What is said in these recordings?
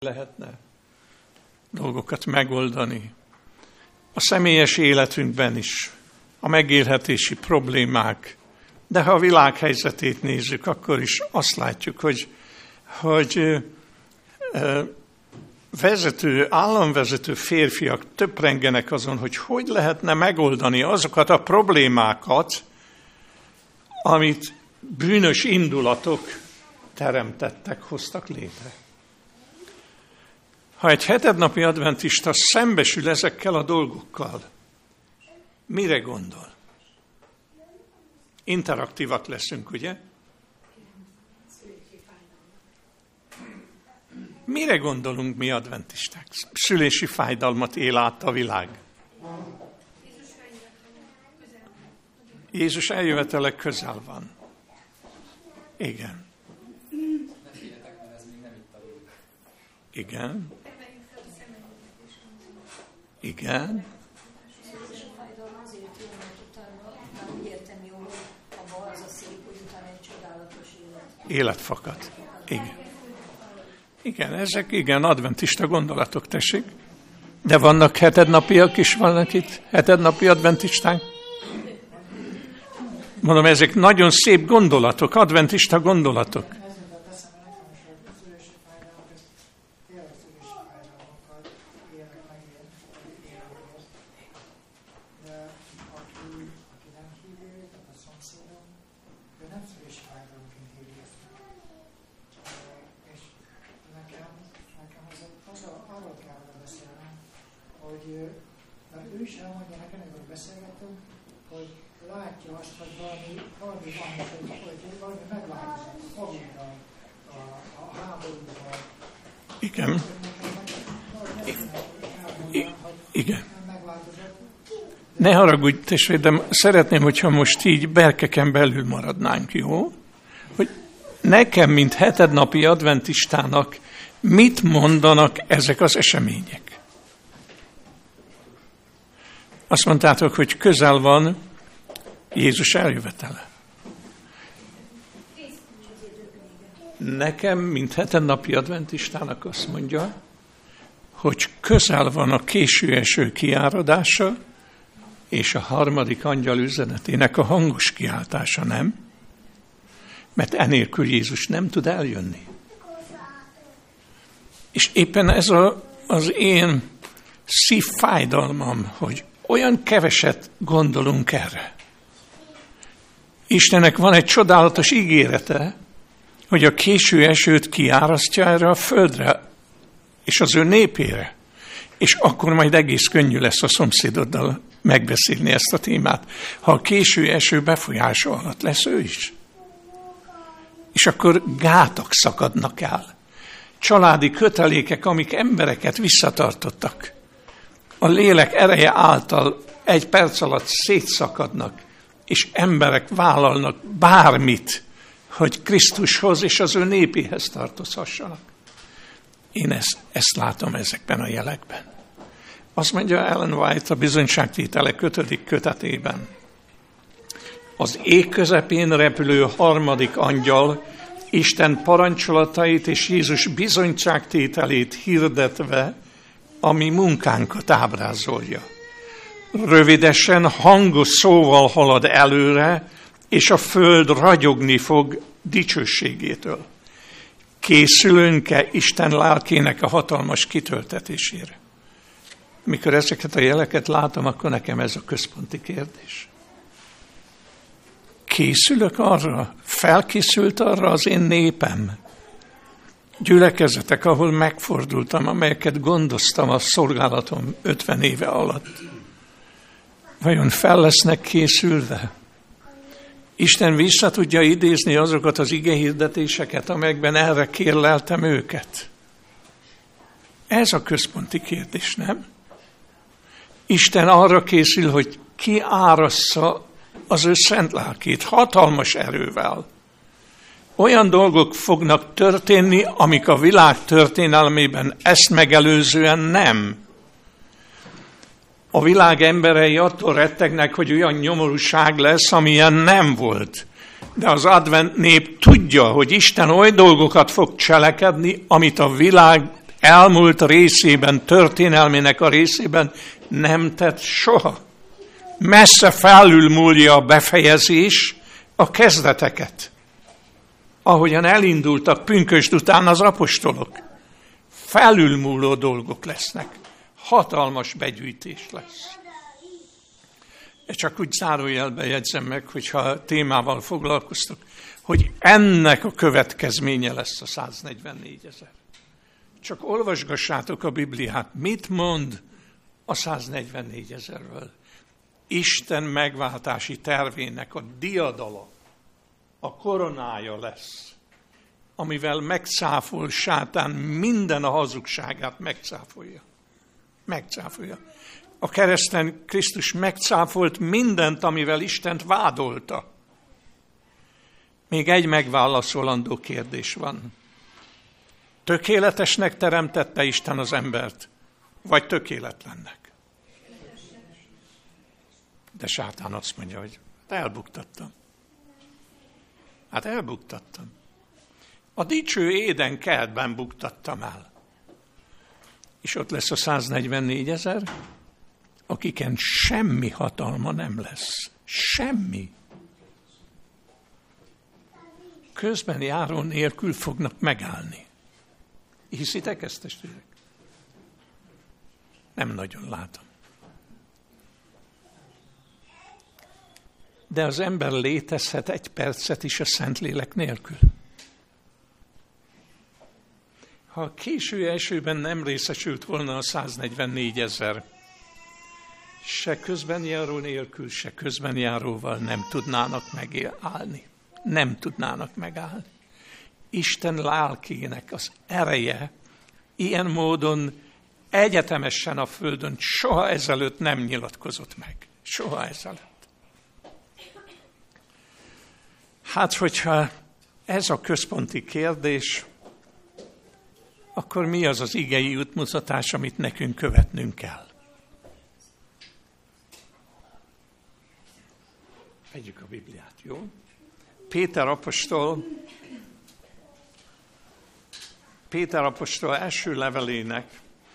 lehetne dolgokat megoldani. A személyes életünkben is, a megélhetési problémák, de ha a világ helyzetét nézzük, akkor is azt látjuk, hogy államvezető férfiak töprengenek azon, hogy lehetne megoldani azokat a problémákat, amit bűnös indulatok teremtettek, hoztak létre. Ha egy hetednapi adventista szembesül ezekkel a dolgokkal, mire gondol? Interaktívak leszünk, ugye? Mire gondolunk mi adventisták? Szülési fájdalmat él át a világ. Jézus eljövetele közel van. Igen. Igen. Igen. Élet fakad. Igen. Igen, ezek adventista gondolatok, tessék. De vannak hetednapiak is, vannak itt hetednapi adventisták. Mondom, ezek nagyon szép gondolatok, adventista gondolatok. Ő is elmondja nekem, amikor beszélgetünk, hogy látja azt, hogy valami megváltozott a falunkban, a háborúban. Igen. Igen. Ne haragudj, testvérem, szeretném, hogyha most így berkeken belül maradnánk, jó? Hogy nekem, mint hetednapi adventistának, mit mondanak ezek az események? Azt mondtátok, hogy közel van Jézus eljövetele. Nekem, mint hetednapi adventistának azt mondja, hogy közel van a késő eső kiáradása és a harmadik angyal üzenetének a hangos kiáltása, nem? Mert enélkül Jézus nem tud eljönni. És éppen ez az én szívfájdalmam, hogy olyan keveset gondolunk erre. Istennek van egy csodálatos ígérete, hogy a késő esőt kiárasztja erre a földre, és az ő népére. És akkor majd egész könnyű lesz a szomszédoddal megbeszélni ezt a témát. Ha a késő eső befolyása alatt lesz ő is. És akkor gátak szakadnak el. Családi kötelékek, amik embereket visszatartottak. A lélek ereje által egy perc alatt szétszakadnak, és emberek vállalnak bármit, hogy Krisztushoz és az ő népéhez tartozhassanak. Én ezt látom ezekben a jelekben. Azt mondja Ellen White a bizonyságtételek 5. kötetében. Az ég közepén repülő harmadik angyal Isten parancsolatait és Jézus bizonyságtételét hirdetve a mi munkánkat ábrázolja. Rövidesen hangos szóval halad előre, és a föld ragyogni fog dicsőségétől. Készülünk-e Isten lelkének a hatalmas kitöltetésére? Mikor ezeket a jeleket látom, akkor nekem ez a központi kérdés. Készülök arra? Felkészült arra az én népem? Gyülekezetek, ahol megfordultam, amelyeket gondoztam a szolgálatom 50 éve alatt. Vajon fel lesznek készülve? Isten vissza tudja idézni azokat az igehirdetéseket, amelyekben erre kérleltem őket? Ez a központi kérdés, nem? Isten arra készül, hogy kiárassza az ő szent lelkét hatalmas erővel. Olyan dolgok fognak történni, amik a világ történelmében ezt megelőzően nem. A világ emberei attól rettegnek, hogy olyan nyomorúság lesz, amilyen nem volt. De az advent nép tudja, hogy Isten oly dolgokat fog cselekedni, amit a világ elmúlt részében, történelmének a részében nem tett soha. Messze felülmúlja a befejezés a kezdeteket. Ahogyan elindultak pünkösd után az apostolok. Felülmúló dolgok lesznek. Hatalmas begyűjtés lesz. Csak úgy zárójelbe jegyzem meg, hogyha a témával foglalkoztok, hogy ennek a következménye lesz a 144 000. Csak olvasgassátok a Bibliát. Mit mond a 144 000-ről? Isten megváltási tervének a diadala, a koronája lesz, amivel megcáfol sátán minden a hazugságát, megcáfolja. Megcáfolja. A kereszten Krisztus megcáfolt mindent, amivel Istent vádolta. Még egy megválaszolandó kérdés van. Tökéletesnek teremtette Isten az embert, vagy tökéletlennek? De sátán azt mondja, hogy elbuktattam. Hát elbuktattam. A dicső Éden kertben buktattam el. És ott lesz a 144 000, akiken semmi hatalma nem lesz. Semmi. Közben járó nélkül fognak megállni. Hiszitek ezt, testvérek? Nem nagyon látom. De az ember létezhet egy percet is a Szentlélek nélkül. Ha a késő esőben nem részesült volna a 144 000, se közbenjáró nélkül, se közbenjáróval nem tudnának megállni. Nem tudnának megállni. Isten lelkének az ereje ilyen módon egyetemesen a földön soha ezelőtt nem nyilatkozott meg. Soha ezelőtt. Hát, hogyha ez a központi kérdés, akkor mi az az igei útmutatás, amit nekünk követnünk kell? Vegyük a Bibliát, jó? Péter apostol első levelének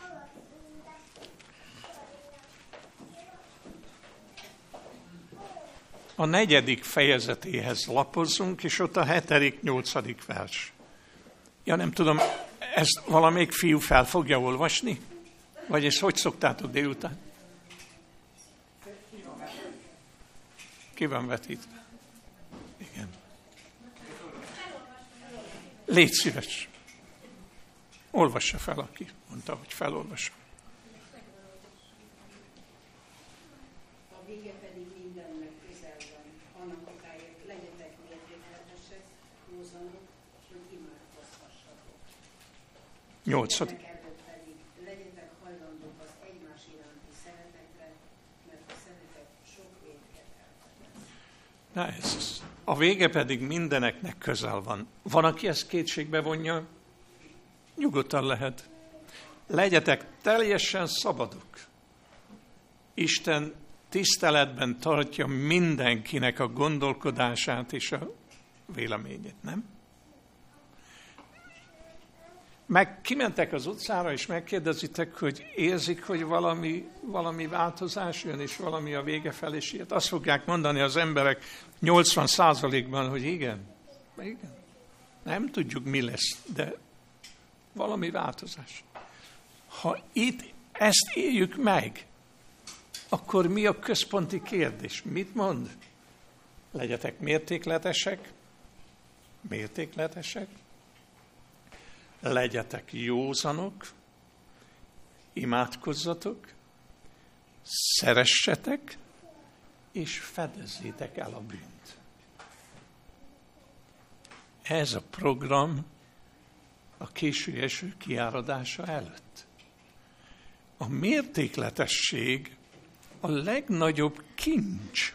a 4. fejezetéhez lapozzunk, és ott a 7.-8. vers. Ja, nem tudom, ezt valamelyik fiú fel fogja olvasni? Vagy ezt hogy szoktátok délután? Ki van vetítve? Igen. Légy szíves. Olvassa fel, aki mondta, hogy felolvassa. A vége pedig mindennek közel van. Annak okáért legyetek mértékletesek, józanok, hogy imádkozhassatok. 8. Előtt pedig legyetek hajlandók az egymás iránti szeretetre, mert a szeretet sok vétket elkövet. Na ez. A vége pedig mindeneknek közel van. Van, aki ezt kétségbe vonja? Nyugodtan lehet. Legyetek teljesen szabadok. Isten tiszteletben tartja mindenkinek a gondolkodását és a véleményét, nem? Kimentek az utcára, és megkérdezitek, hogy érzik, hogy valami változás jön, és valami a vége felé siet. Azt fogják mondani az emberek 80%-ban, hogy igen. Nem tudjuk, mi lesz, de valami változás. Ha itt ezt éljük meg, akkor mi a központi kérdés? Mit mond? Legyetek mértékletesek, legyetek józanok, imádkozzatok, szeressetek, és fedezzétek el a bűnt. Ez a program a késő eső kiáradása előtt. A mértékletesség a legnagyobb kincs,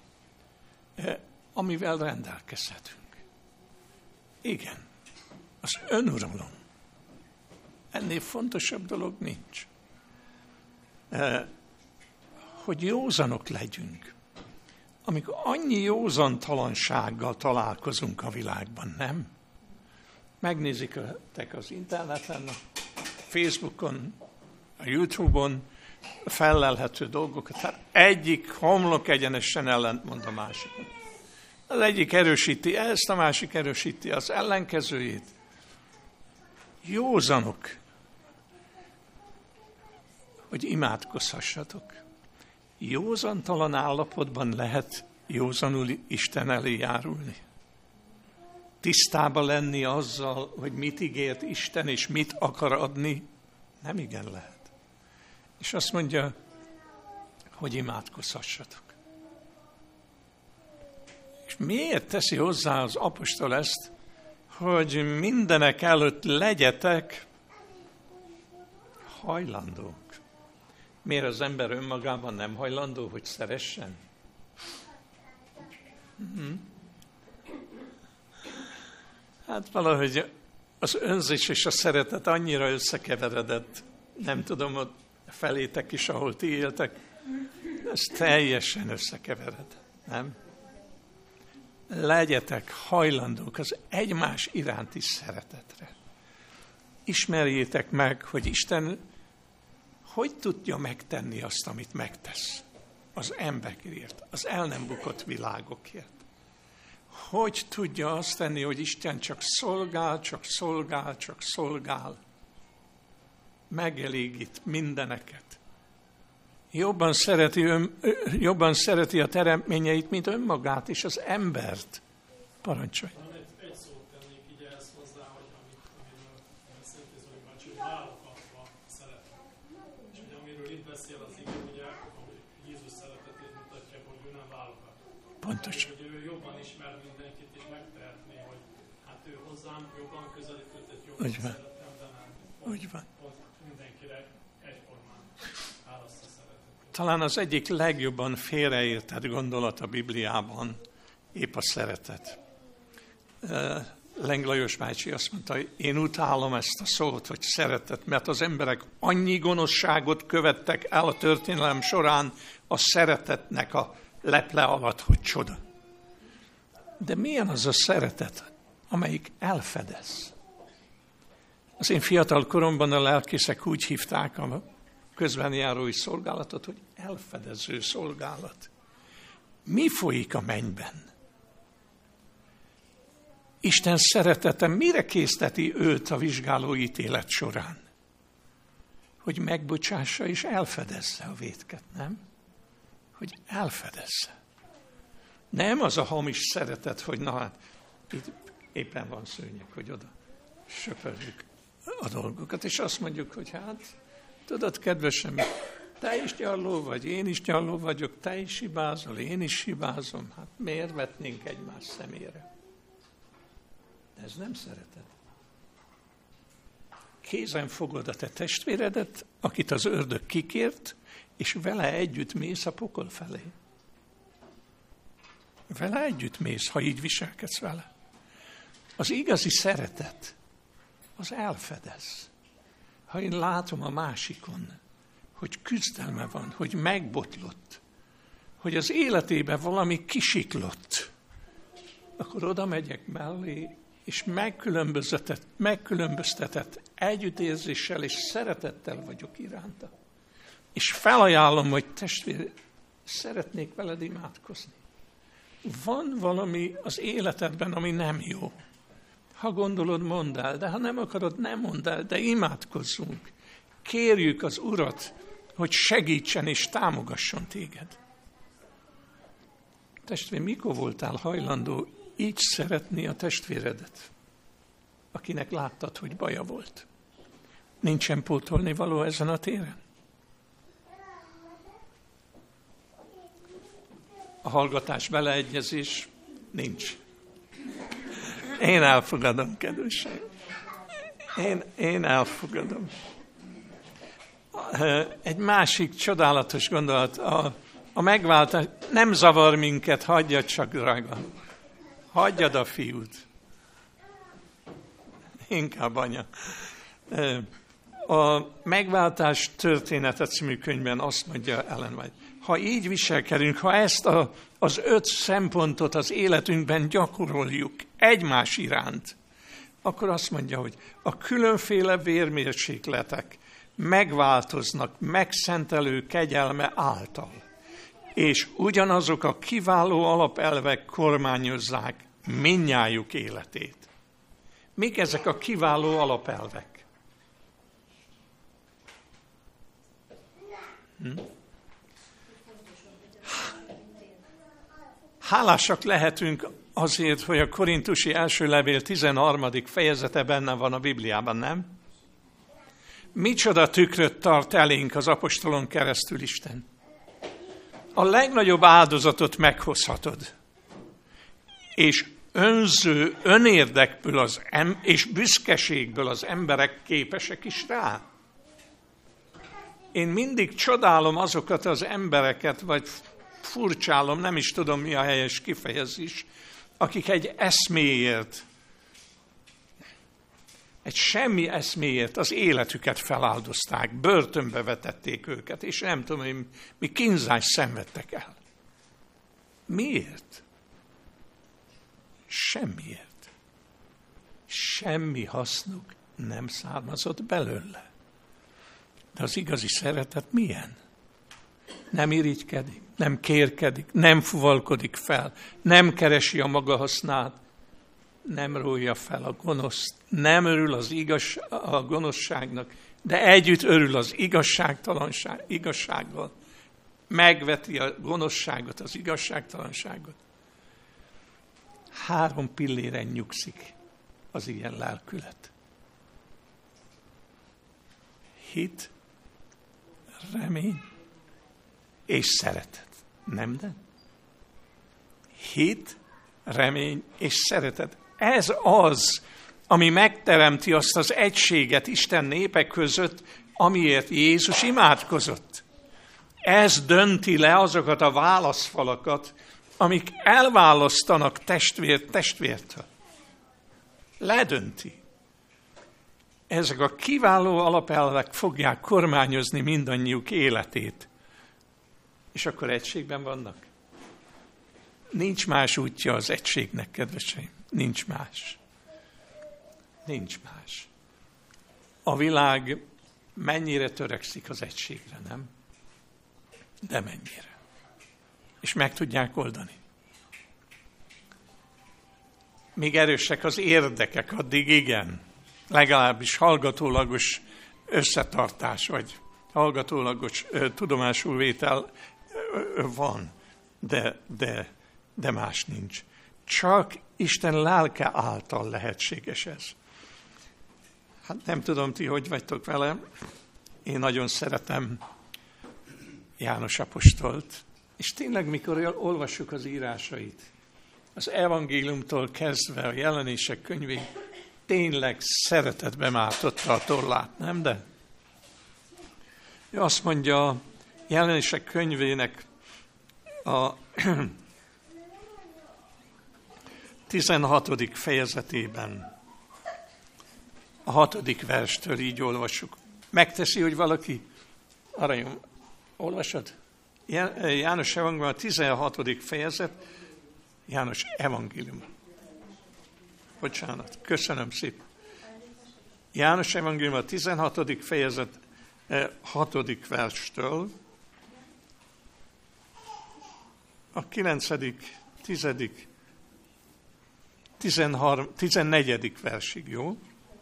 amivel rendelkezhetünk. Igen, az önuralom. Ennél fontosabb dolog nincs. Hogy józanok legyünk. Amikor annyi józantalansággal találkozunk a világban, nem? Megnézitek az interneten a Facebookon, a YouTube-on fellelhető dolgokat. Hát egyik homlok egyenesen ellentmond a másikon. Az egyik erősíti ezt, a másik erősíti az ellenkezőjét. Józanok, hogy imádkozhassatok. Józantalan állapotban lehet józanul Isten elé járulni. Tisztába lenni azzal, hogy mit ígért Isten, és mit akar adni, nem igen lehet. És azt mondja, hogy imádkozhassatok. És miért teszi hozzá az apostol ezt, hogy mindenek előtt legyetek hajlandók? Miért az ember önmagában nem hajlandó, hogy szeressen? Hát valahogy az önzés és a szeretet annyira összekeveredett, nem tudom, ott felétek is, ahol ti éltek, ez teljesen összekevered, nem? Legyetek hajlandók az egymás iránti szeretetre. Ismerjétek meg, hogy Isten hogy tudja megtenni azt, amit megtesz az emberekért, az el nem bukott világokért. Hogy tudja azt tenni, hogy Isten csak szolgál, csak szolgál, csak szolgál. Megelégít mindeneket. Jobban szereti a teremtményeit, mint önmagát és az embert. Parancsolj! Egy szót tennék így ehhez hozzá, hogy amiről beszélt Zoli bácsi, hogy válogatva szeretet. És ugye amiről itt beszél az ige, ugye, hogy Jézus szeretetét mutatja, hogy ő nem válogat. Pontosan. Hogy ő jobban ismer mindenkit, és megtehetné, hogy hát ő hozzám jobban közelítődött, jobban szerettem, de nem. Úgy van. Pont mindenkire egyformán választ a szeretet. Talán az egyik legjobban félreértett gondolat a Bibliában épp a szeretet. Leng Lajos bácsi azt mondta, hogy én utálom ezt a szót, hogy szeretet, mert az emberek annyi gonoszságot követtek el a történelem során a szeretetnek a leple alatt, hogy csoda. De milyen az a szeretet, amelyik elfedez? Az én fiatal koromban a lelkészek úgy hívták a közbenjárói szolgálatot, hogy elfedező szolgálat. Mi folyik a mennyben? Isten szeretete mire készteti őt a vizsgáló ítélet során? Hogy megbocsássa és elfedezze a vétket, nem? Hogy elfedezze. Nem az a hamis szeretet, hogy na hát, itt éppen van szőnyeg, hogy oda söpörjük a dolgokat, és azt mondjuk, hogy hát, tudod, kedvesem, te is gyarló vagy, én is gyarló vagyok, te is hibázol, én is hibázom, hát miért vetnénk egymás szemére? De ez nem szeretet. Kézen fogod a te testvéredet, akit az ördög kikért, és vele együtt mész a pokol felé. Vele együtt mész, ha így viselkedsz vele. Az igazi szeretet, az elfedez. Ha én látom a másikon, hogy küzdelme van, hogy megbotlott, hogy az életében valami kisiklott, akkor oda megyek mellé, és megkülönböztetett együttérzéssel és szeretettel vagyok iránta. És felajánlom, hogy testvér, szeretnék veled imádkozni. Van valami az életedben, ami nem jó. Ha gondolod, mondd el, de ha nem akarod, nem mondd el, de imádkozzunk. Kérjük az Urat, hogy segítsen és támogasson téged. Testvér, mikor voltál hajlandó így szeretni a testvéredet, akinek láttad, hogy baja volt? Nincsen pótolni való ezen a téren? A hallgatás beleegyezés nincs. Én elfogadom, kedvesem. Én elfogadom. Egy másik csodálatos gondolat, a megváltás nem zavar minket, hagyjad csak, drága. Hagyjad a fiút. Inkább anya. A Megváltás története című könyvben azt mondja Ellen White, ha így viselkedünk, ha ezt az 5 szempontot az életünkben gyakoroljuk egymás iránt, akkor azt mondja, hogy a különféle vérmérsékletek megváltoznak megszentelő kegyelme által, és ugyanazok a kiváló alapelvek kormányozzák mindnyájuk életét. Mik ezek a kiváló alapelvek? Hálásak lehetünk azért, hogy a Korintusi első levél 13. fejezete benne van a Bibliában, nem? Micsoda tükröt tart elénk az apostolon keresztül Isten. A legnagyobb áldozatot meghozhatod, és önző önérdekből és büszkeségből az emberek képesek is rá. Én mindig csodálom azokat az embereket, vagy furcsálom, nem is tudom, mi a helyes kifejezés, akik egy eszméért, egy semmi eszméért az életüket feláldozták, börtönbe vetették őket, és nem tudom, mi kínzást szenvedtek el. Miért? Semmiért. Semmi hasznuk nem származott belőle. De az igazi szeretet milyen? Nem irigykedik, nem kérkedik, nem fuvalkodik fel, nem keresi a maga hasznát, nem rója fel a gonoszt, nem örül a gonoszságnak, de együtt örül az igazsággal. Megveti a gonoszságot, az igazságtalanságot. 3 pilléren nyugszik az ilyen lelkület. Hit, remény és szeretet. Nem, de? Hit, remény és szeretet. Ez az, ami megteremti azt az egységet Isten népe között, amiért Jézus imádkozott. Ez dönti le azokat a válaszfalakat, amik elválasztanak testvért testvértől. Ledönti. Ezek a kiváló alapelvek fogják kormányozni mindannyiuk életét. És akkor egységben vannak? Nincs más útja az egységnek, kedveseim. Nincs más. Nincs más. A világ mennyire törekszik az egységre, nem? De mennyire. És meg tudják oldani. Míg erősek az érdekek, addig igen. Legalábbis hallgatólagos összetartás, vagy hallgatólagos tudomásul vétel van, de más nincs. Csak Isten lelke által lehetséges ez. Hát nem tudom, ti hogy vagytok vele. Én nagyon szeretem János apostolt, és tényleg, mikor olvassuk az írásait, az evangéliumtól kezdve a Jelenések könyvén, tényleg szeretetbe mártotta a tollát, nem de? Ő azt mondja a Jelenések könyvének a 16. fejezetében, a 6. verstől így olvassuk. Megteszi, hogy valaki, aranyom, olvasod? János evangélium, a 16. fejezet, János evangélium. Bocsánat, köszönöm szépen. János evangélium, a 16. fejezet, 6. verstől, a 9., 10., 14. versig, jó?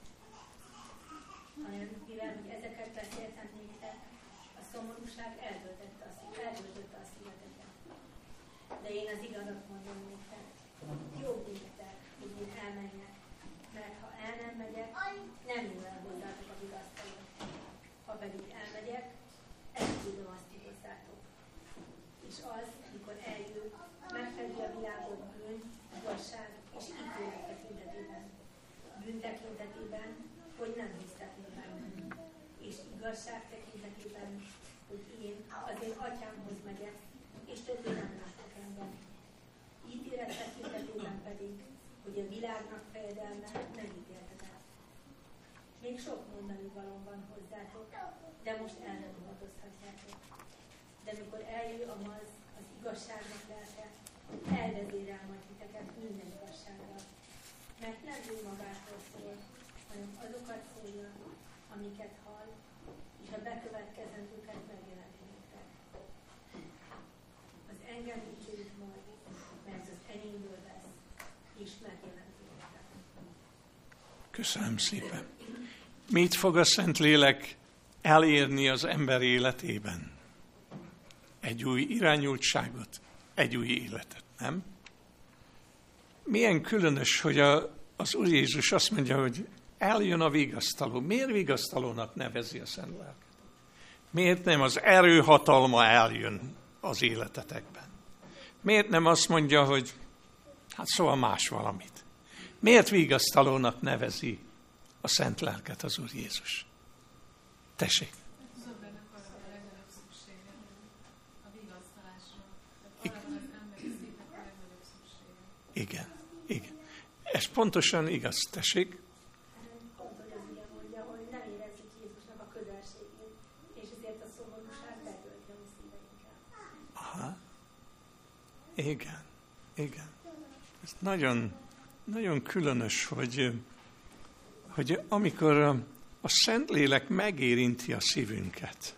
Mivel ezeket beszéltem néktek, a szomorúság eltöltötte a szíveteket. De én az igazat mondom néktek, jobb néktek, hogy én elmenjek, mert ha el nem megyek, nem jól el hozzátok a vigasztalat. Ha pedig elmegyek, elküldöm azt hozzátok. És az, mikor eljön, megfedi a világot bűn, igazság és ítélet tekintetében. Bűn tekintetében, hogy nem hisztek még bennem. És igazság tekintetében, hogy én az én atyámhoz megyek, és többé nem látok engem. Ítélet tekintetében pedig, hogy a világnak fejedelme nem ítéltetek. Még sok mondani valóm van hozzátok, de most el nem hivatozhatjátok. De mikor eljön az igazságnak lelke, elvezérel majd titeket minden igazsággal. Mert nem önmagától szól, hanem azokat szólja, amiket hall, és a bekövetkezendőket megjelenti nektek. Az engem dicsőít majd, mert az enyémből vesz, és megjelenti nektek. Köszönöm szépen. Mit fog a Szentlélek elérni az ember életében? Egy új irányultságot, egy új életet, nem? Milyen különös, hogy az Úr Jézus azt mondja, hogy eljön a vigasztaló. Miért vigasztalónak nevezi a Szent Lelket? Miért nem az erőhatalma eljön az életetekben? Miért nem azt mondja, hogy hát szóval más valamit? Miért vigasztalónak nevezi a Szent Lelket az Úr Jézus? Tessék! Az embernek arra a legnagyobb szüksége, a vigasztalásra. Arra az emberi szívnek a legnagyobb szüksége. Igen, igen. Ez pontosan igaz, tessék. Pont, hogy az ugye mondja, hogy nem érezzük Jézusnak a közelségét, és ezért a szomorúság betölti a mi szíveinket. Aha. Igen, igen. Ez nagyon, nagyon különös, hogy amikor a Szentlélek megérinti a szívünket,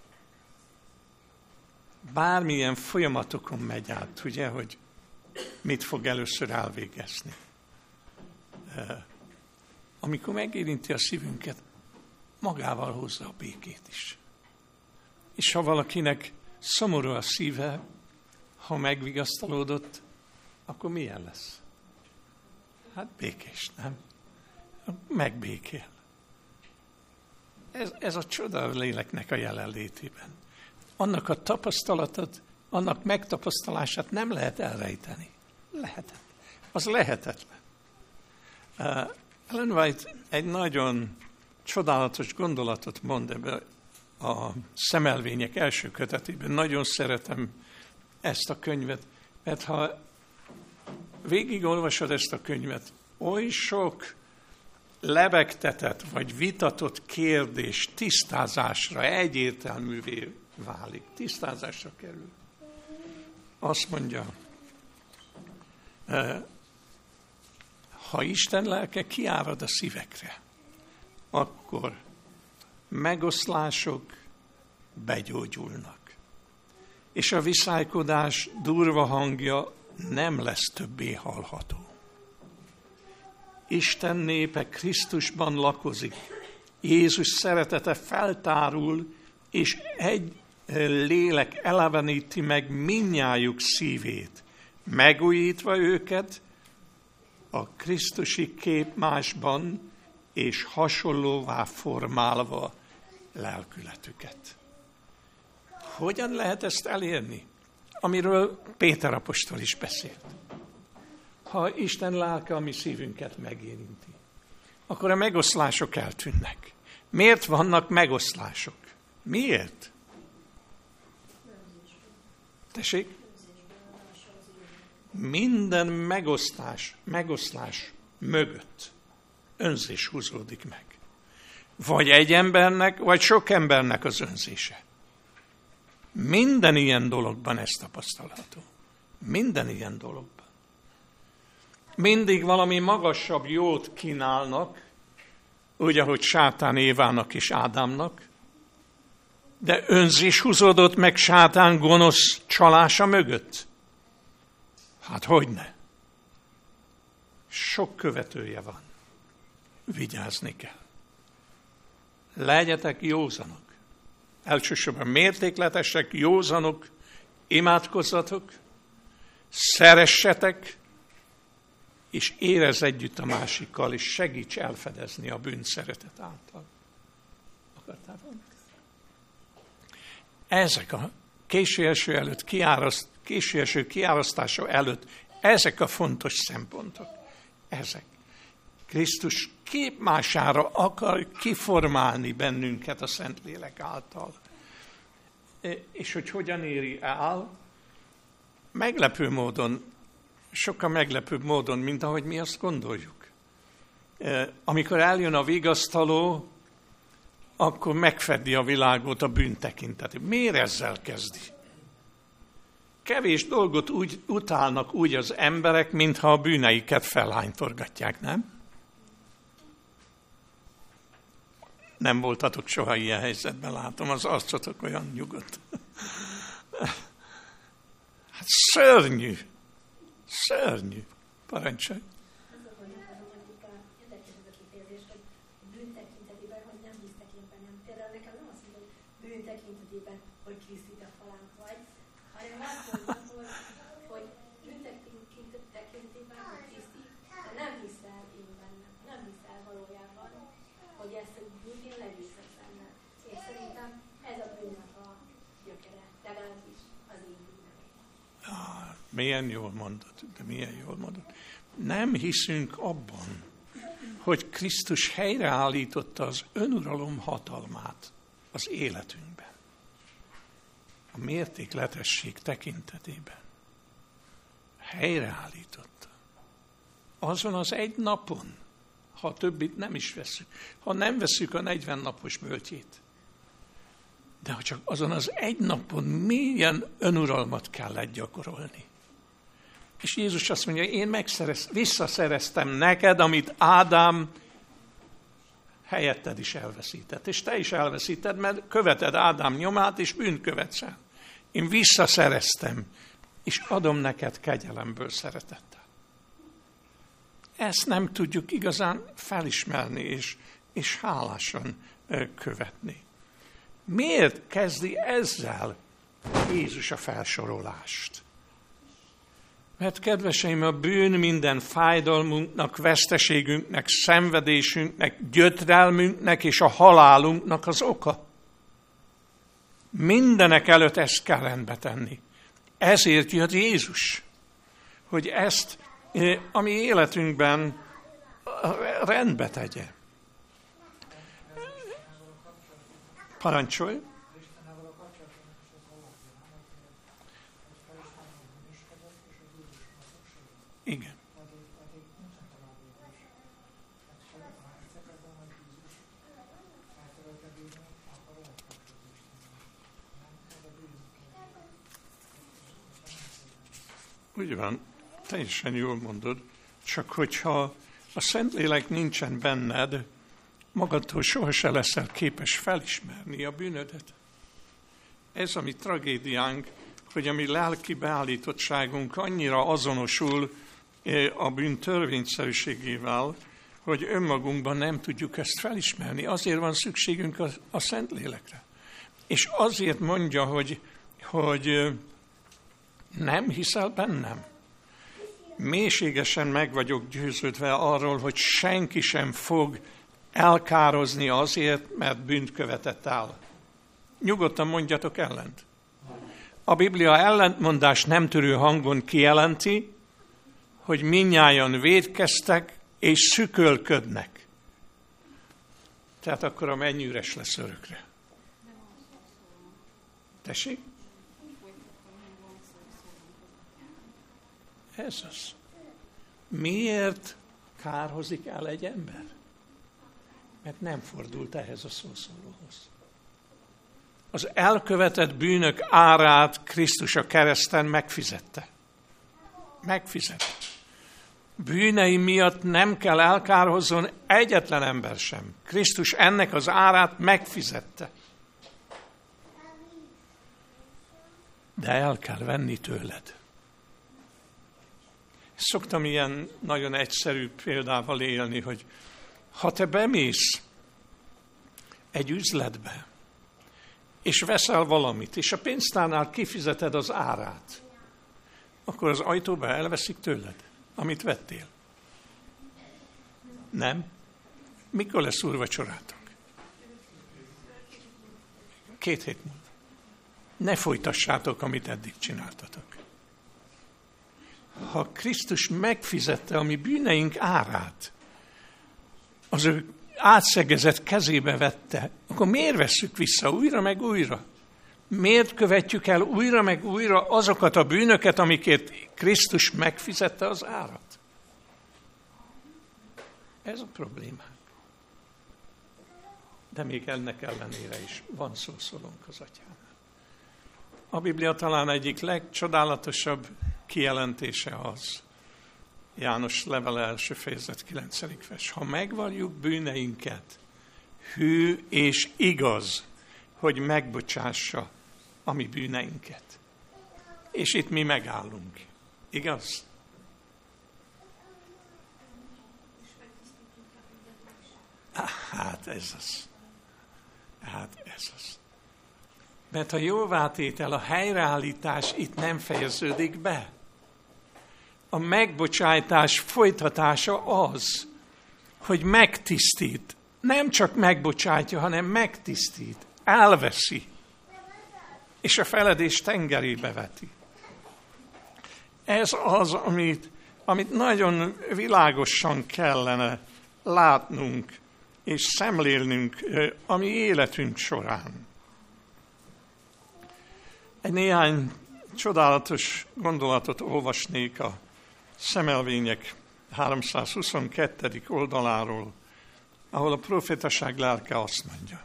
bármilyen folyamatokon megy át, ugye, hogy mit fog először elvégezni. Amikor megérinti a szívünket, magával hozza a békét is. És ha valakinek szomorú a szíve, ha megvigasztalódott, akkor milyen lesz? Hát békés, nem? Megbékél. Ez a csoda a léleknek a jelenlétében. Annak a tapasztalatot, annak megtapasztalását nem lehet elrejteni. Lehetetlen. Az lehetetlen. Ellen White egy nagyon csodálatos gondolatot mond ebbe a Szemelvények első kötetében. Nagyon szeretem ezt a könyvet, mert ha végigolvasod ezt a könyvet, oly sok lebegtetett vagy vitatott kérdés tisztázásra egyértelművé válik, tisztázásra kerül. Azt mondja, ha Isten lelke kiárad a szívekre, akkor megoszlások begyógyulnak, és a viszálykodás durva hangja nem lesz többé hallható. Isten népe Krisztusban lakozik, Jézus szeretete feltárul, és egy lélek eleveníti meg mindnyájuk szívét, megújítva őket a krisztusi képmásban, és hasonlóvá formálva lelkületüket. Hogyan lehet ezt elérni? Amiről Péter apostol is beszélt. Ha Isten lelke a mi szívünket megérinti, akkor a megoszlások eltűnnek. Miért vannak megoszlások? Miért? Tessék? Minden megoszlás mögött önzés húzódik meg. Vagy egy embernek, vagy sok embernek az önzése. Minden ilyen dologban ez tapasztalható. Minden ilyen dologban. Mindig valami magasabb jót kínálnak, úgy, ahogy Sátán Évának és Ádámnak, de önzés húzódott meg Sátán gonosz csalása mögött. Hát hogyne? Sok követője van. Vigyázni kell. Legyetek józanok. Elsősorban mértékletesek, józanok, imádkozzatok, szeressetek, és érezz együtt a másikkal, és segíts elfedezni a bűnt szeretet által. Akartál valamit? Ezek a késő eső kiárasztása előtt, ezek a fontos szempontok. Ezek. Krisztus képmására akar kiformálni bennünket a Szentlélek által. És hogy hogyan éri el? Meglepő módon, sokkal meglepőbb módon, mint ahogy mi azt gondoljuk. Amikor eljön a vigasztaló, akkor megfedi a világot a bűn tekintetében. Miért ezzel kezdi? kevés dolgot úgy utálnak úgy az emberek, mintha a bűneiket felhánytorgatják, nem? Nem voltatok soha ilyen helyzetben, látom, az arcotok olyan nyugodt. Hát szörnyű. Szörnyű. Parancsolj. Milyen jól mondod, de milyen jól mondod. Nem hiszünk abban, hogy Krisztus helyreállította az önuralom hatalmát az életünkben. A mértékletesség tekintetében. Helyreállította. Azon az egy napon, ha többit nem is veszük, ha nem veszük a 40 napos böltjét, de ha csak azon az egy napon milyen önuralmat kellett gyakorolni. És Jézus azt mondja, én visszaszereztem neked, amit Ádám helyetted is elveszített. És te is elveszíted, mert követed Ádám nyomát, és bűnt követsz el. Én visszaszereztem, és adom neked kegyelemből szeretettel. Ezt nem tudjuk igazán felismerni, és hálásan követni. Miért kezdi ezzel Jézus a felsorolást? Mert kedveseim, a bűn minden fájdalmunknak, veszteségünknek, szenvedésünknek, gyötrelmünknek és a halálunknak az oka. Mindenek előtt ezt kell rendbe tenni. Ezért jött Jézus, hogy ezt a mi életünkben rendbe tegye. Parancsolj! Igen. Úgy van, teljesen jól mondod, csak hogyha a Szentlélek nincsen benned, magadtól soha se leszel képes felismerni a bűnödet. Ez a mi tragédiánk, hogy a mi lelki beállítottságunk annyira azonosul a bűn törvényszerűségével, hogy önmagunkban nem tudjuk ezt felismerni. Azért van szükségünk a Szentlélekre. És azért mondja, hogy nem hiszel bennem. Mélységesen meg vagyok győződve arról, hogy senki sem fog elkározni azért, mert bűnt követett el. Nyugodtan mondjatok ellent. A Biblia ellentmondás nem törő hangon kijelenti, hogy mindnyájan vétkeztek és szükölködnek. Tehát akkor a menny üres lesz örökre. Tessék? Ez az. Miért kárhozik el egy ember? Mert nem fordult ehhez a szószólóhoz. Az elkövetett bűnök árát Krisztus a kereszten megfizette. Megfizette. Bűnei miatt nem kell elkárhozzon egyetlen ember sem. Krisztus ennek az árát megfizette. De el kell venni tőled. Szoktam ilyen nagyon egyszerű példával élni, hogy ha te bemész egy üzletbe, és veszel valamit, és a pénztárnál kifizeted az árát, akkor az ajtóba elveszik tőled, amit vettél. Nem? Mikor lesz úrvacsorátok? 2 hét múlva. Ne folytassátok, amit eddig csináltatok. Ha Krisztus megfizette a mi bűneink árát, az ő átszegezett kezébe vette, akkor miért vesszük vissza újra meg újra? Miért követjük el újra meg újra azokat a bűnöket, amikért Krisztus megfizette az árat? Ez a problémánk. De még ennek ellenére is van szószólónk az Atyánál. A Biblia talán egyik legcsodálatosabb kijelentése az. János levele első fejezet 9. vers. Ha megvalljuk bűneinket, hű és igaz, hogy megbocsássa a mi bűneinket. És itt mi megállunk. Igaz? Hát ez az. Mert a jóvátétel, a helyreállítás itt nem fejeződik be. A megbocsájtás folytatása az, hogy megtisztít. Nem csak megbocsátja, hanem megtisztít. Elveszi. És a feledés tengerébe veti. Ez az, amit nagyon világosan kellene látnunk és szemlélnünk a mi életünk során. Egy néhány csodálatos gondolatot olvasnék a Szemelvények 322. oldaláról, ahol a profétaság lelke azt mondja.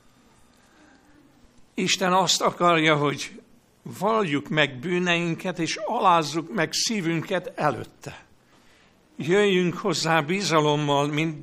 Isten azt akarja, hogy valljuk meg bűneinket, és alázzuk meg szívünket előtte. Jöjjünk hozzá bizalommal, mint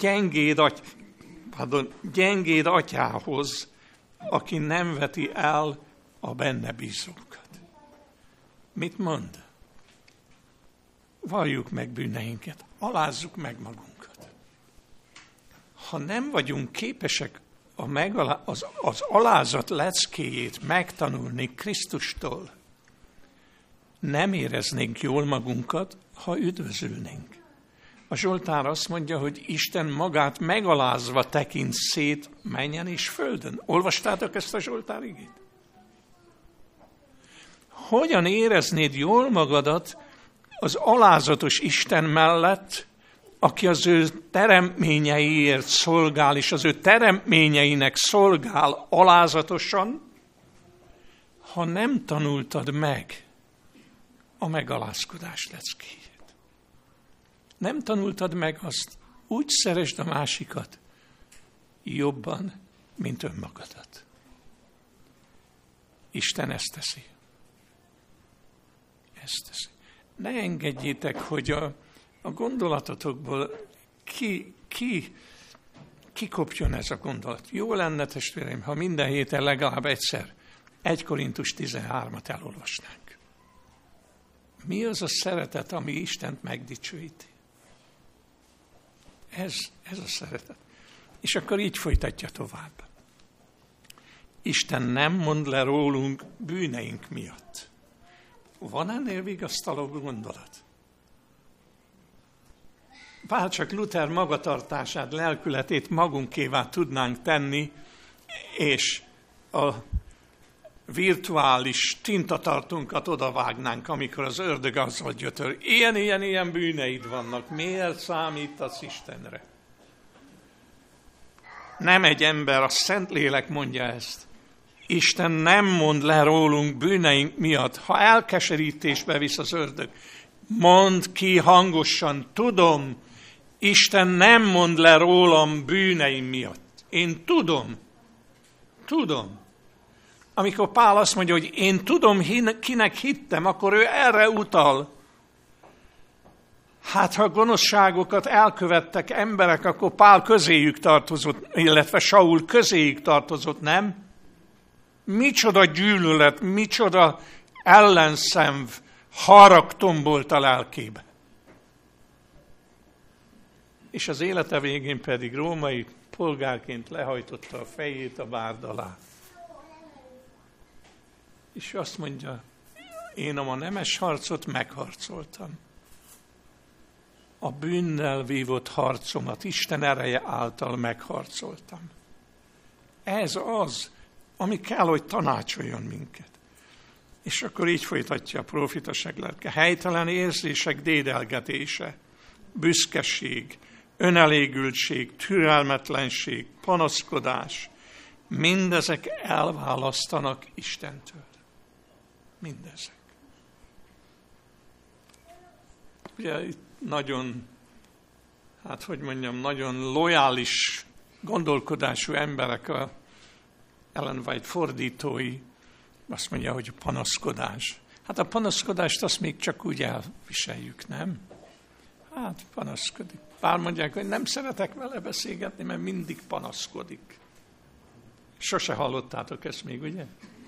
gyengéd atyához, aki nem veti el a benne bízókat. Mit mond? Valljuk meg bűneinket, alázzuk meg magunkat. Ha nem vagyunk képesek az alázat leckéjét megtanulni Krisztustól, nem éreznénk jól magunkat, ha üdvözülnénk. A Zsoltár azt mondja, hogy Isten magát megalázva tekint szét mennyen és földön. Olvastátok ezt a Zsoltár igét? Hogyan éreznéd jól magadat az alázatos Isten mellett, aki az ő teremtményeiért szolgál, és az ő teremtményeinek szolgál alázatosan, ha nem tanultad meg a megalázkodás leckéjét. Nem tanultad meg azt, úgy szeresd a másikat jobban, mint önmagadat. Isten ezt teszi. Ezt teszi. Ne engedjétek, hogy a gondolatotokból kikopjon ez a gondolat. Jó lenne, testvéreim, ha minden héten legalább egyszer 1 Korintus 13-at elolvasnánk. Mi az a szeretet, ami Istent megdicsőíti? Ez a szeretet. És akkor így folytatja tovább. Isten nem mond le rólunk bűneink miatt. Van ennél vigasztaló gondolat? Bárcsak Luther magatartását, lelkületét magunkévá tudnánk tenni, és a virtuális tintatartunkat odavágnánk, amikor az ördög azzal gyötör. Ilyen bűneid vannak. Miért számítasz Istenre? Nem egy ember, a Szentlélek mondja ezt. Isten nem mond le rólunk bűneink miatt. Ha elkeserítésbe visz az ördög, mondd ki hangosan, tudom, Isten nem mond le rólam bűneim miatt. Én tudom. Amikor Pál azt mondja, hogy én tudom, kinek hittem, akkor ő erre utal. Hát, ha gonoszságokat elkövettek emberek, akkor Pál közéjük tartozott, illetve Saul közéjük tartozott, nem? Micsoda gyűlölet, micsoda ellenszenv, harag tombolt a lelkébe. És az élete végén pedig római polgárként lehajtotta a fejét a bárd alá. És azt mondja, én a nemes harcot megharcoltam. A bűnnel vívott harcomat Isten ereje által megharcoltam. Ez az, ami kell, hogy tanácsoljon minket. És akkor így folytatja a prófitaság lelke. Helytelen érzések dédelgetése, büszkeség, önelégültség, türelmetlenség, panaszkodás, mindezek elválasztanak Istentől. Mindezek. Ugye itt nagyon, nagyon lojális gondolkodású emberek, a Ellen White fordítói Azt mondja, hogy panaszkodás. Hát a panaszkodást azt még csak úgy elviseljük, nem? Hát panaszkodik. Pár mondják, hogy nem szeretek vele beszélgetni, mert mindig panaszkodik. Sose hallottátok ezt még, ugye?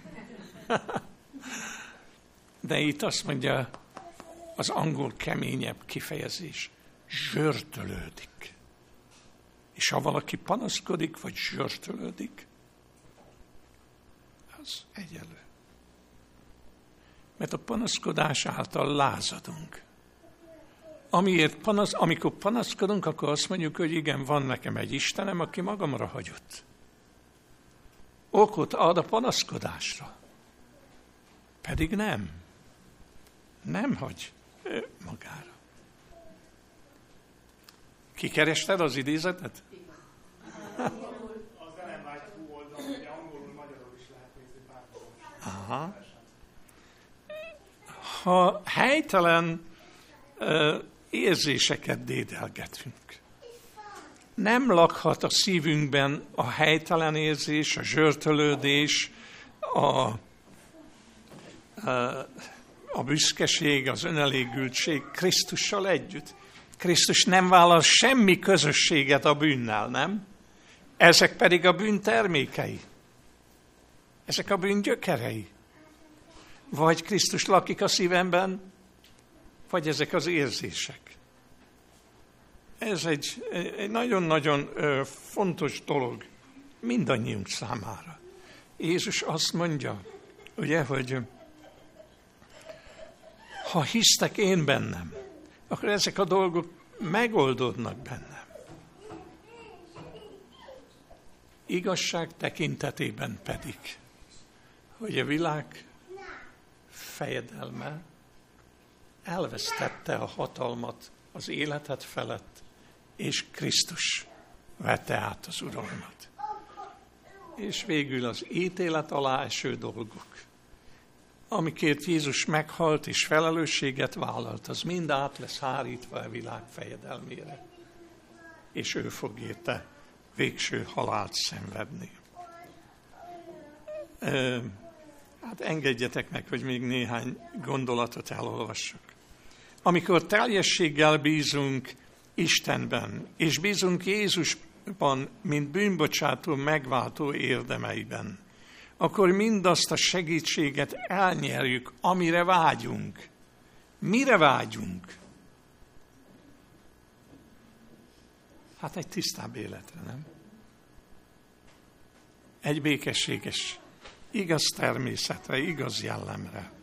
De itt azt mondja, az angol keményebb kifejezés, zsörtölődik. És ha valaki panaszkodik, vagy zsörtölődik, az egyenlő. Mert a panaszkodás által lázadunk. Amikor panaszkodunk, akkor azt mondjuk, hogy igen, van nekem egy Istenem, aki magamra hagyott. Okot ad a panaszkodásra. Pedig nem. Nem hagy magára. Kikerested az idézetet? Az Ellen White oldal, ugye angolul, magyarul is lehet nézni párhuzamosan. Aha. Ha helytelen érzéseket dédelgetünk, nem lakhat a szívünkben a helytelen érzés, a zsörtölődés, a büszkeség, az önelégültség Krisztussal együtt. Krisztus nem vállal semmi közösséget a bűnnel, nem? Ezek pedig a bűn termékei. Ezek a bűn gyökerei. Vagy Krisztus lakik a szívemben, vagy ezek az érzések. Ez egy nagyon-nagyon fontos dolog mindannyiunk számára. Jézus azt mondja, ugye, hogy ha hisztek én bennem, akkor ezek a dolgok megoldódnak bennem. Igazság tekintetében pedig, hogy a világ fejedelme elvesztette a hatalmat az életet felett, és Krisztus vette át az uralmat. És végül az ítélet alá eső dolgok, amikért Jézus meghalt és felelősséget vállalt, az mind át lesz hárítva a világ fejedelmére. És ő fog érte végső halált szenvedni. Hát engedjetek meg, hogy még néhány gondolatot elolvassak. Amikor teljességgel bízunk Istenben, és bízunk Jézusban, mint bűnbocsátó, megváltó érdemeiben, akkor mindazt a segítséget elnyerjük, amire vágyunk. Mire vágyunk? Hát egy tisztább életre, nem? Egy békességes, igaz természetre, igaz jellemre.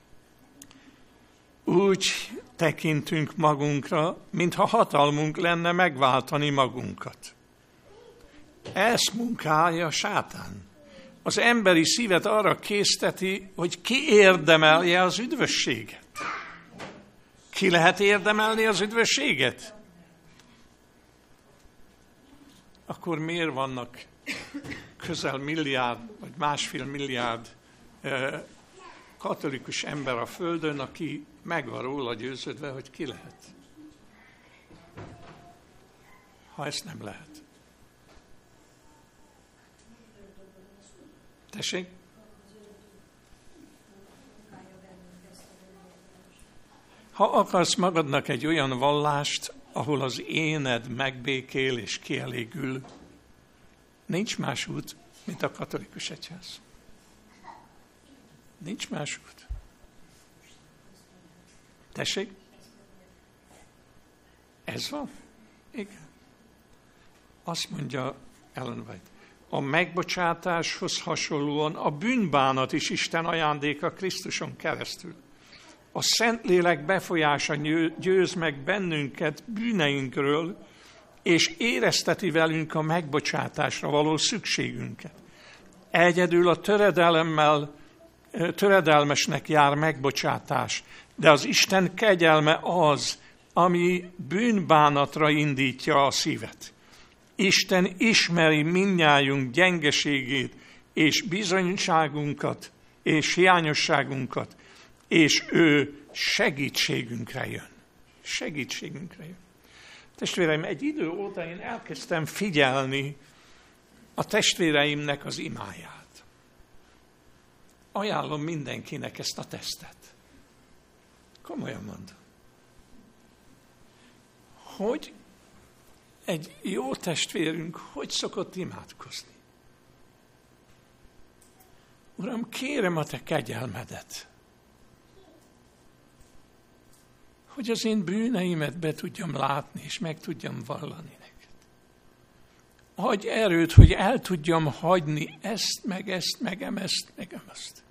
Úgy tekintünk magunkra, mintha hatalmunk lenne megváltani magunkat. Ezt munkálja a sátán. Az emberi szívet arra készteti, hogy ki érdemelje az üdvösséget. Ki lehet érdemelni az üdvösséget? Akkor miért vannak közel milliárd, vagy 1,5 milliárd katolikus ember a Földön, aki meg van róla győződve, hogy ki lehet? Ha ezt nem lehet. Tessék? Ha akarsz magadnak egy olyan vallást, ahol az éned megbékél és kielégül, nincs más út, mint a katolikus egyház. Nincs más út. Tessék? Ez van? Igen. Azt mondja Ellen White. A megbocsátáshoz hasonlóan a bűnbánat is Isten ajándéka Krisztuson keresztül. A Szentlélek befolyása győz meg bennünket bűneinkről, és érezteti velünk a megbocsátásra való szükségünket. Egyedül a töredelmesnek jár megbocsátás, de az Isten kegyelme az, ami bűnbánatra indítja a szívet. Isten ismeri mindnyájunk gyengeségét, és bizonyságunkat, és hiányosságunkat, és ő segítségünkre jön. Segítségünkre jön. Testvéreim, egy idő óta én elkezdtem figyelni a testvéreimnek az imáját. ajánlom mindenkinek ezt a tesztet. Komolyan mondom. Hogy egy jó testvérünk hogy szokott imádkozni? Uram, kérem a te kegyelmedet, hogy az én bűneimet be tudjam látni, és meg tudjam vallani neked. Adj erőt, hogy el tudjam hagyni ezt, meg azt.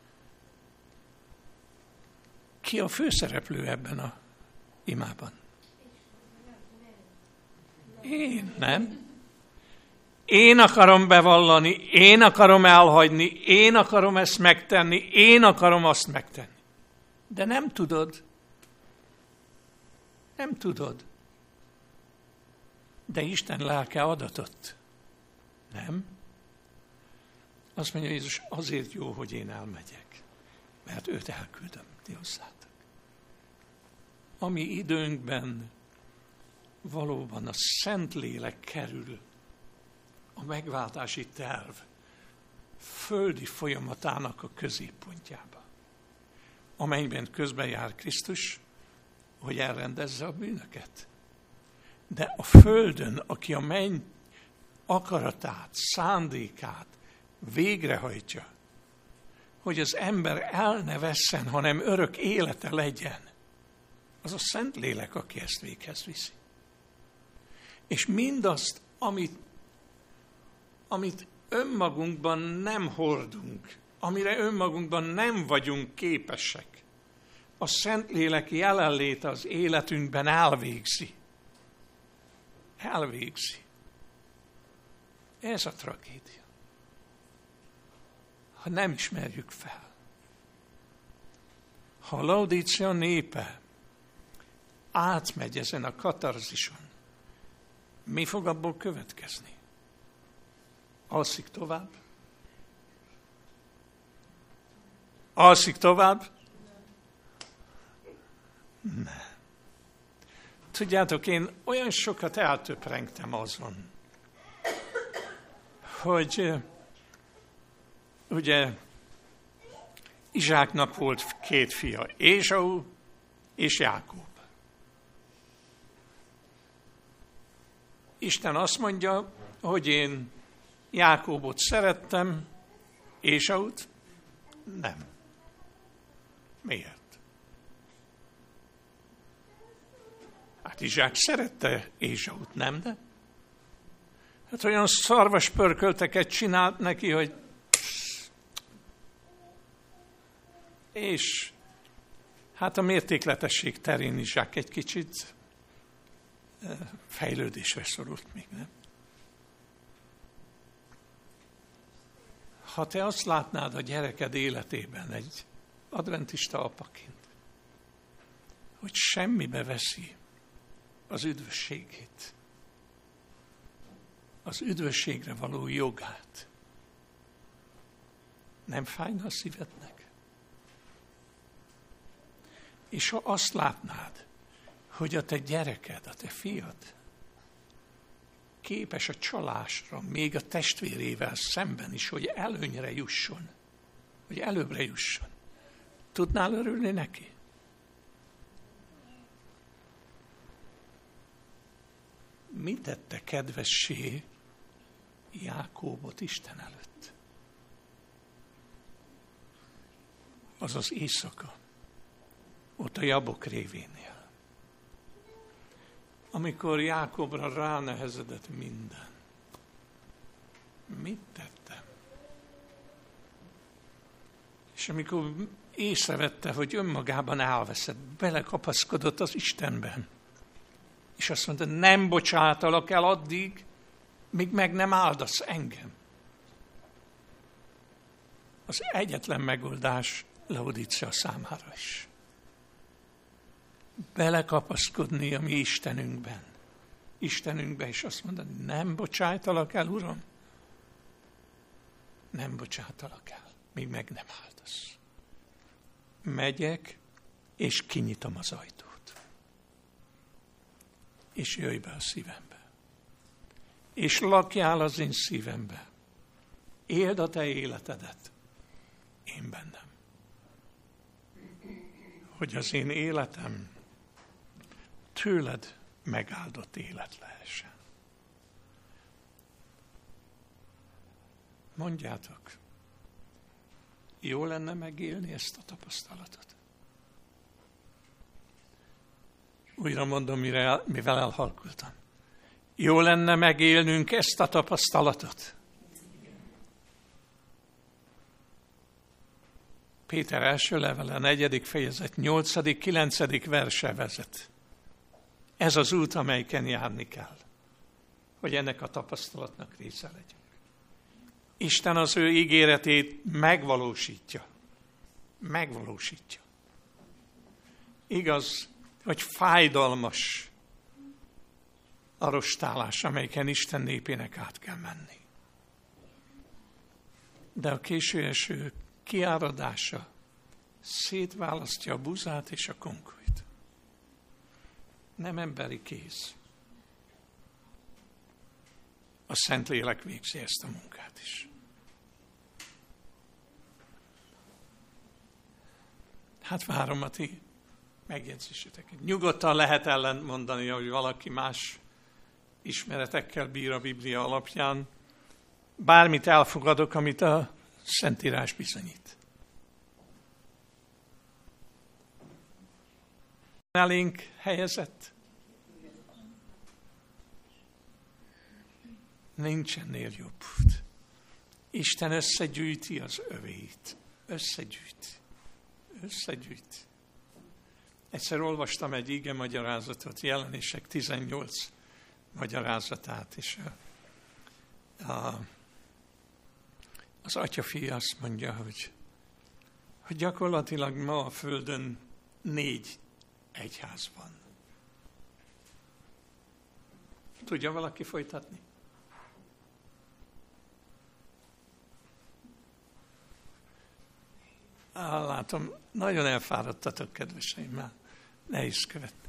Ki a főszereplő ebben a imában? Én, nem? Én akarom bevallani, én akarom elhagyni, én akarom ezt megtenni, én akarom azt megtenni. De nem tudod. Nem tudod. De Isten lelke adatott. Nem? Azt mondja Jézus, azért jó, hogy én elmegyek, mert őt elküldöm ti hozzátok. Ami időnkben valóban a Szentlélek kerül a megváltási terv földi folyamatának a középpontjába, amelyben közben jár Krisztus, hogy elrendezze a bűnöket. De a földön, aki a menny akaratát, szándékát végrehajtja, hogy az ember el ne vesszen, hanem örök élete legyen, az a Szentlélek, aki ezt véghez viszi. És mindazt, amit önmagunkban nem hordunk, amire önmagunkban nem vagyunk képesek, a Szentlélek jelenléte az életünkben elvégzi. Elvégzi. Ez a tragédia. Ha nem ismerjük fel. Ha a Laodícea népe átmegy ezen a katarzison, mi fog abból következni? Alszik tovább? Alszik tovább? Nem. Tudjátok, én olyan sokat eltöprengtem azon, hogy ugye Izsáknak volt 2 fia, Ésau és Jákob. Isten azt mondja, hogy én Jákobot szerettem, Ésaut nem. Miért? Hát Izsák szerette Ésaut, nem, de? Hát olyan szarvaspörkölteket csinált neki, hogy és hát a mértékletesség terén Izsák egy kicsit fejlődésre szorult még, nem? Ha te azt látnád a gyereked életében egy adventista apaként, hogy semmibe veszi az üdvösségét, az üdvösségre való jogát, nem fájna a szívednek? És ha azt látnád, hogy a te gyereked, a te fiad képes a csalásra, még a testvérével szemben is, hogy előnyre jusson, hogy előbbre jusson, tudnál örülni neki? Mi tette kedvessé Jákóbot Isten előtt? Az az éjszaka, ott a Jabok révénél. Amikor Jákobra ránehezedett minden. Mit tettem? És amikor észrevette, hogy önmagában elveszett, belekapaszkodott az Istenben. És azt mondta, nem bocsátalak el addig, míg meg nem áldasz engem. Az egyetlen megoldás Laodícea számára is. Belekapaszkodni a mi Istenünkbe, és azt mondani, nem bocsájtalak el, Uram. Nem bocsátalak el, míg meg nem áldasz. Megyek, és kinyitom az ajtót. És jöjj be a szívembe. És lakjál az én szívembe. Éld a te életedet. én bennem. Hogy az én életem tőled megáldott élet lehessen. Mondjátok, jó lenne megélni ezt a tapasztalatot? Újra mondom, mivel elhalkultam. Jó lenne megélnünk ezt a tapasztalatot? Péter első levele, 4. fejezet, 8., 9. verse vezet. Ez az út, amelyiken járni kell, hogy ennek a tapasztalatnak része legyünk. Isten az ő ígéretét megvalósítja. Megvalósítja. Igaz, hogy fájdalmas a rostálás, amelyiken Isten népének át kell menni. De a késő eső kiáradása szétválasztja a buzát és a konkolyt. Nem emberi kéz. A Szentlélek végzi ezt a munkát is. Hát várom a ti megjegyzéseteket. Nyugodtan lehet ellent mondani, hogy valaki más ismeretekkel bír a Biblia alapján. Bármit elfogadok, amit a Szentírás bizonyít. Elénk helyezett. Nincs ennél jobb út. Isten összegyűjti az övéit. Összegyűjti. Egyszer olvastam egy ige magyarázatot, Jelenések 18 magyarázatát, és az Atya-Fia azt mondja, hogy gyakorlatilag ma a Földön 4 egyház van. Tudja valaki folytatni? Látom, nagyon elfáradtatok, kedveseim, már nehéz követni.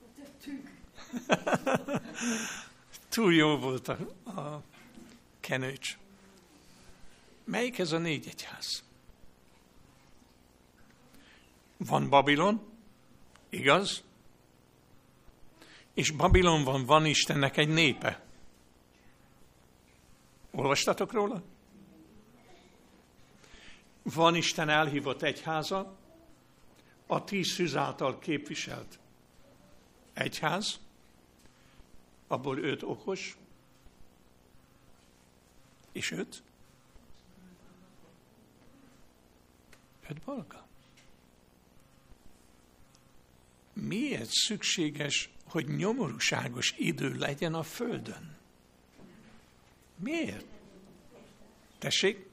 Túl jó volt a kenőcs. Melyik ez a 4 egyház? Van Babilon, igaz? És Babilonban van Istennek egy népe. Olvastatok róla? Van Isten elhívott egyháza, a 10 szűz által képviselt egyház, abból 5 okos, és 5 balga. Miért szükséges, hogy nyomorúságos idő legyen a Földön? Miért? Tessék?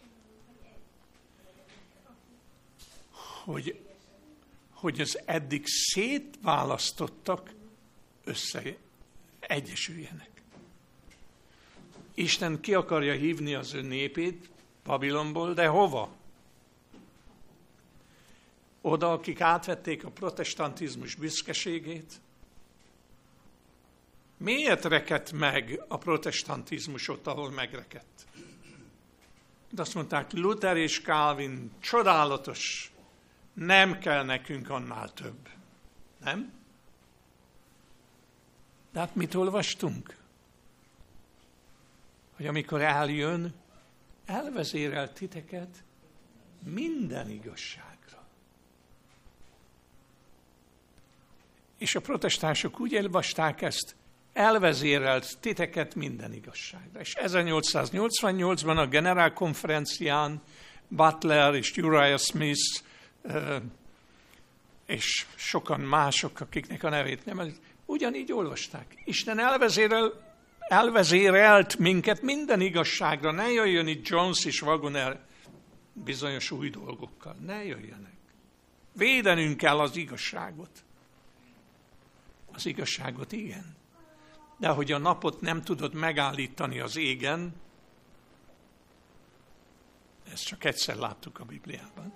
Hogy az eddig szétválasztottak egyesüljenek. Isten ki akarja hívni az ő népét Babilonból, de hova? Oda, akik átvették a protestantizmus büszkeségét. Miért rekedt meg a protestantizmus ott, ahol megrekedt? De azt mondták, Luther és Calvin csodálatos, nem kell nekünk annál több. Nem? De hát mit olvastunk? Hogy amikor eljön, elvezérel titeket minden igazságra. És a protestánsok úgy elvasták ezt, elvezérelt titeket minden igazságra. És 1888-ban a generálkonferencián Butler és Uriah Smith és sokan mások, akiknek a nevét nem, ugyanígy olvasták. Isten elvezérelt minket minden igazságra. Ne jöjjön itt Jones és Wagner bizonyos új dolgokkal. Ne jöjjenek. Védenünk kell az igazságot. Az igazságot igen. De hogy a napot nem tudod megállítani az égen, ezt csak egyszer láttuk a Bibliában.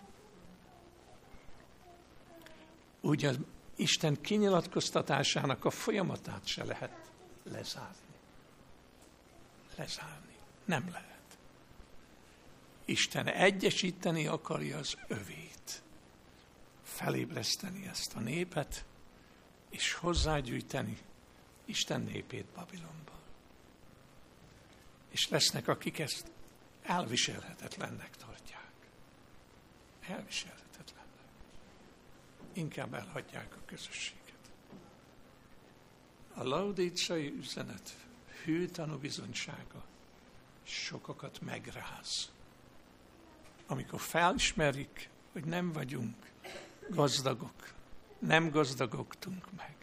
Úgy az Isten kinyilatkoztatásának a folyamatát se lehet lezárni. Nem lehet. Isten egyesíteni akarja az övét. Felébreszteni ezt a népet, és hozzágyűjteni Isten népét Babilonban. És lesznek, akik ezt elviselhetetlennek tartják. Elviselhetetlennek. Inkább elhagyják a közösséget. A laudíciai üzenet hű tanúbizonysága sokakat megráz. Amikor felismerik, hogy nem vagyunk gazdagok, nem gazdagogtunk meg.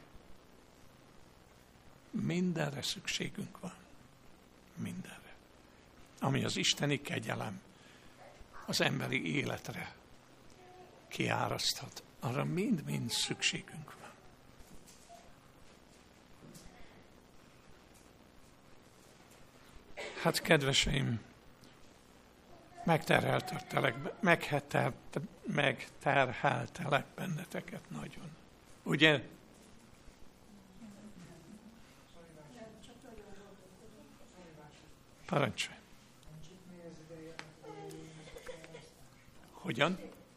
Mindenre szükségünk van. Mindenre. Ami az isteni kegyelem az emberi életre kiáraszthat. Arra mind-mind szükségünk van. Hát, kedveseim, megterheltelek benneteket nagyon. Ugye? Parancsolj. Hogyan?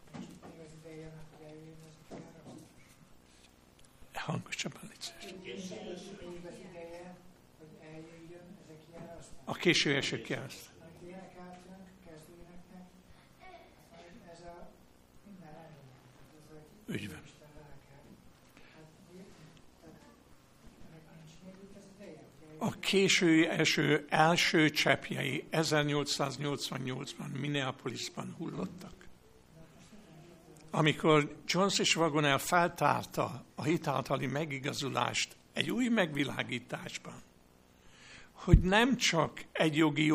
Hangosabban légy. A késő eső kiárasztás. Úgy van. A késő eső első cseppjei 1888-ban Minneapolisban hullottak. Amikor Jones és Wagonell feltárta a hitáltali megigazulást egy új megvilágításban, hogy nem csak egy jogi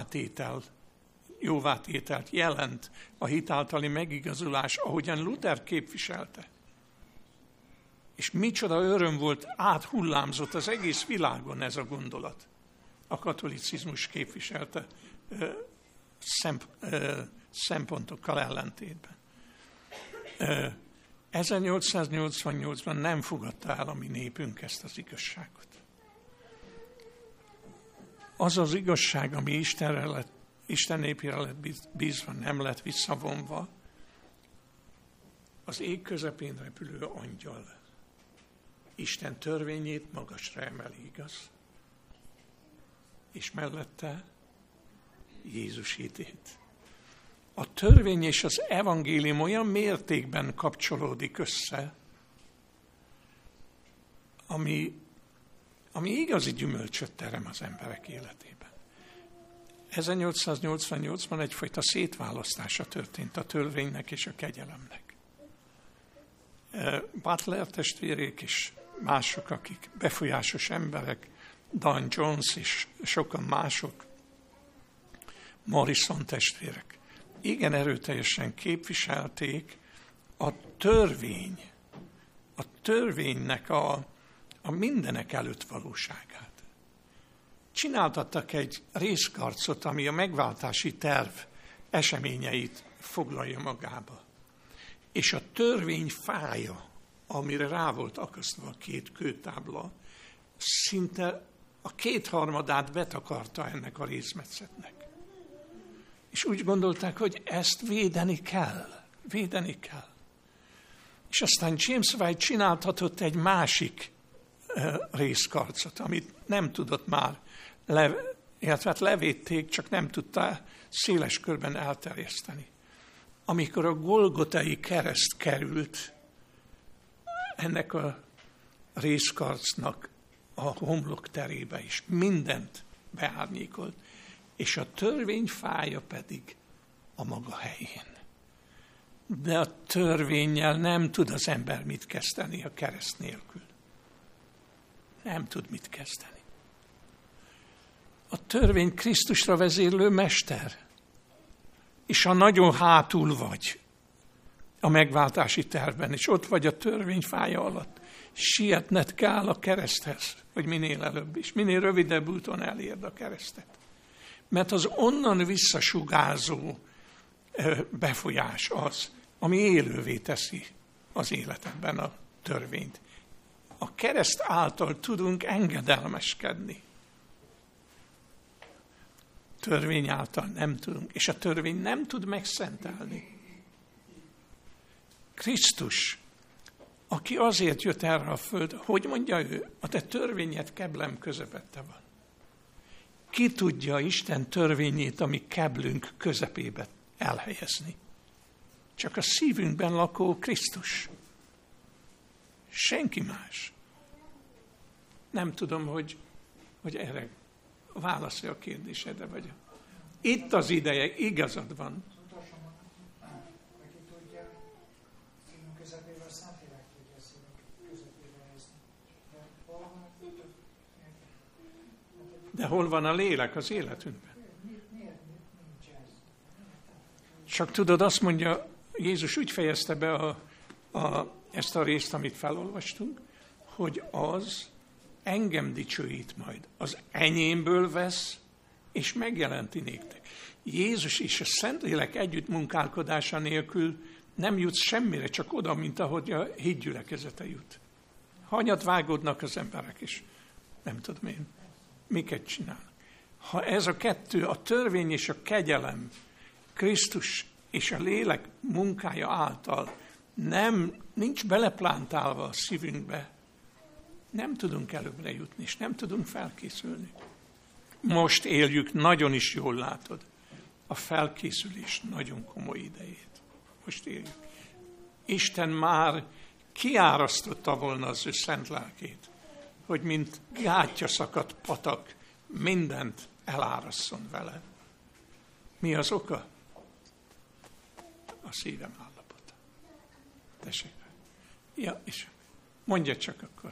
jóvátételt jelent a hitáltali megigazulás, ahogyan Luther képviselte. És micsoda öröm volt, áthullámzott az egész világon ez a gondolat. A katolicizmus képviselte szempontokkal ellentétben. 1888-ban nem fogadta el a mi népünk ezt az igazságot. Az az igazság, ami Isten népére lett bízva, nem lett visszavonva, az ég közepén repülő angyal Isten törvényét magasra emeli, igaz? És mellette Jézus hitét. A törvény és az evangélium olyan mértékben kapcsolódik össze, ami igazi gyümölcsöt terem az emberek életében. 1888-ban egyfajta szétválasztása történt a törvénynek és a kegyelemnek. Butler testvérék és mások, akik befolyásos emberek, Dan Jones és sokan mások, Morrison testvérek, igen erőteljesen képviselték a törvénynek a mindenek előtt valóságát. Csináltattak egy részkarcot, ami a megváltási terv eseményeit foglalja magába. És a törvény fája, amire rá volt akasztva a két kőtábla, szinte a 2/3 betakarta ennek a részmetszetnek. És úgy gondolták, hogy ezt védeni kell. És aztán James White csináltatott egy másik részkarcot, amit nem tudott már, illetve levédték, csak nem tudta széles körben elterjeszteni. Amikor a Golgotai kereszt került ennek a részkarcnak a homlok terébe is, mindent beárnyékolt, és a törvény fája pedig a maga helyén. De a törvénnyel nem tud az ember mit kezdeni a kereszt nélkül. Nem tud mit kezdeni. A törvény Krisztusra vezérlő mester. És ha nagyon hátul vagy a megváltási tervben, és ott vagy a törvény fája alatt, sietned kell a kereszthez, hogy minél előbb is, minél rövidebb úton elérd a keresztet. Mert az onnan visszasugárzó befolyás az, ami élővé teszi az életedben a törvényt. A kereszt által tudunk engedelmeskedni. törvény által nem tudunk, és a törvény nem tud megszentelni. Krisztus, aki azért jött erre a földre, hogy mondja ő, a te törvényed keblem közepette van. Ki tudja Isten törvényét, ami keblünk közepébe elhelyezni? Csak a szívünkben lakó Krisztus. Senki más. Nem tudom, hogy erre válaszolja a kérdésedre, vagy. Itt az ideje, igazad van. Utasson, aki tudja, szívünk közepével a Szentlélek tudja a szívünk közepébe helyezni. De hol van a lélek az életünkben? Miért nincs ez? Csak tudod, azt mondja, Jézus úgy fejezte be ezt a részt, amit felolvastunk, hogy az engem dicsőít majd. Az enyémből vesz, és megjelenti néktek. Jézus és a Szentlélek együtt munkálkodása nélkül nem jutsz semmire, csak oda, mint ahogy a hídgyülekezete jut. Hanyat vágódnak az emberek is. Nem tudom én, miket csinálnak. Ha ez a kettő, a törvény és a kegyelem, Krisztus és a lélek munkája által nincs beleplántálva a szívünkbe, nem tudunk előbbre jutni, és nem tudunk felkészülni. Most éljük, nagyon is jól látod, a felkészülés nagyon komoly idejét. Most éljük. Isten már kiárasztotta volna az ő szent lelkét, hogy mint gátja szakadt patak, mindent elárasszon vele. Mi az oka? A szívem állapota. Tessék. Ja, és mondja csak akkor.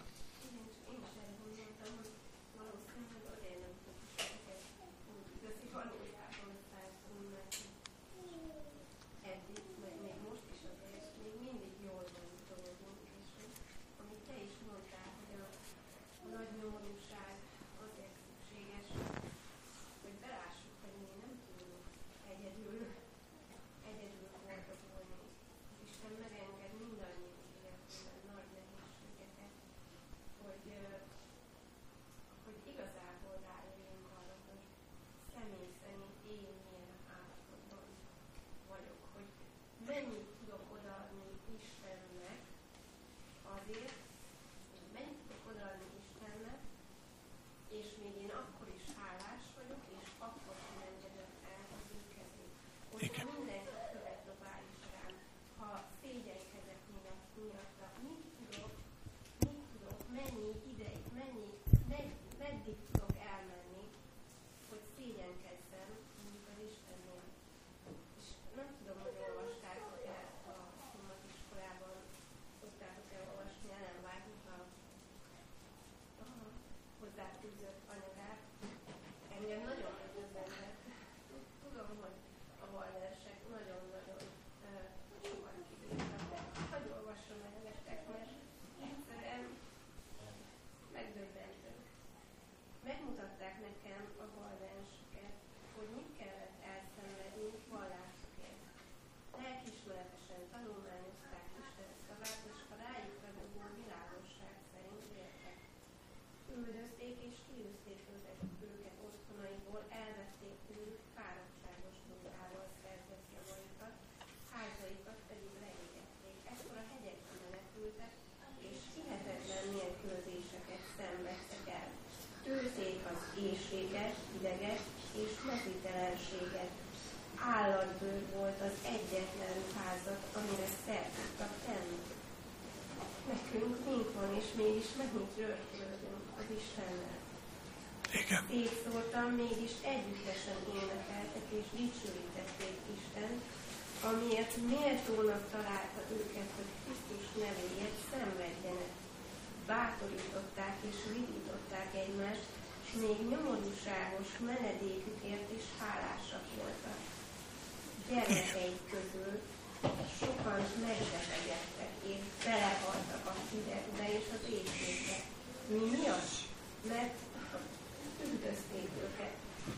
Állatbőr volt az egyetlen házat, amire szert tudtak tenni. Nekünk mink van, és mégis mennyit röhögünk az Istennel. Szétszórtan, mégis együttesen énekeltek és dicsőítették Istent, amiért méltónak találta őket, hogy Krisztus nevéért szenvedjenek. Bátorították és vidították egymást, és még nyomorúságos menedékükért is hálásak voltak. Gyermekeik közül sokan megbetegedtek, és belehaltak a hidegbe és az éjségbe. Mi miatt? Mert üldözték őket.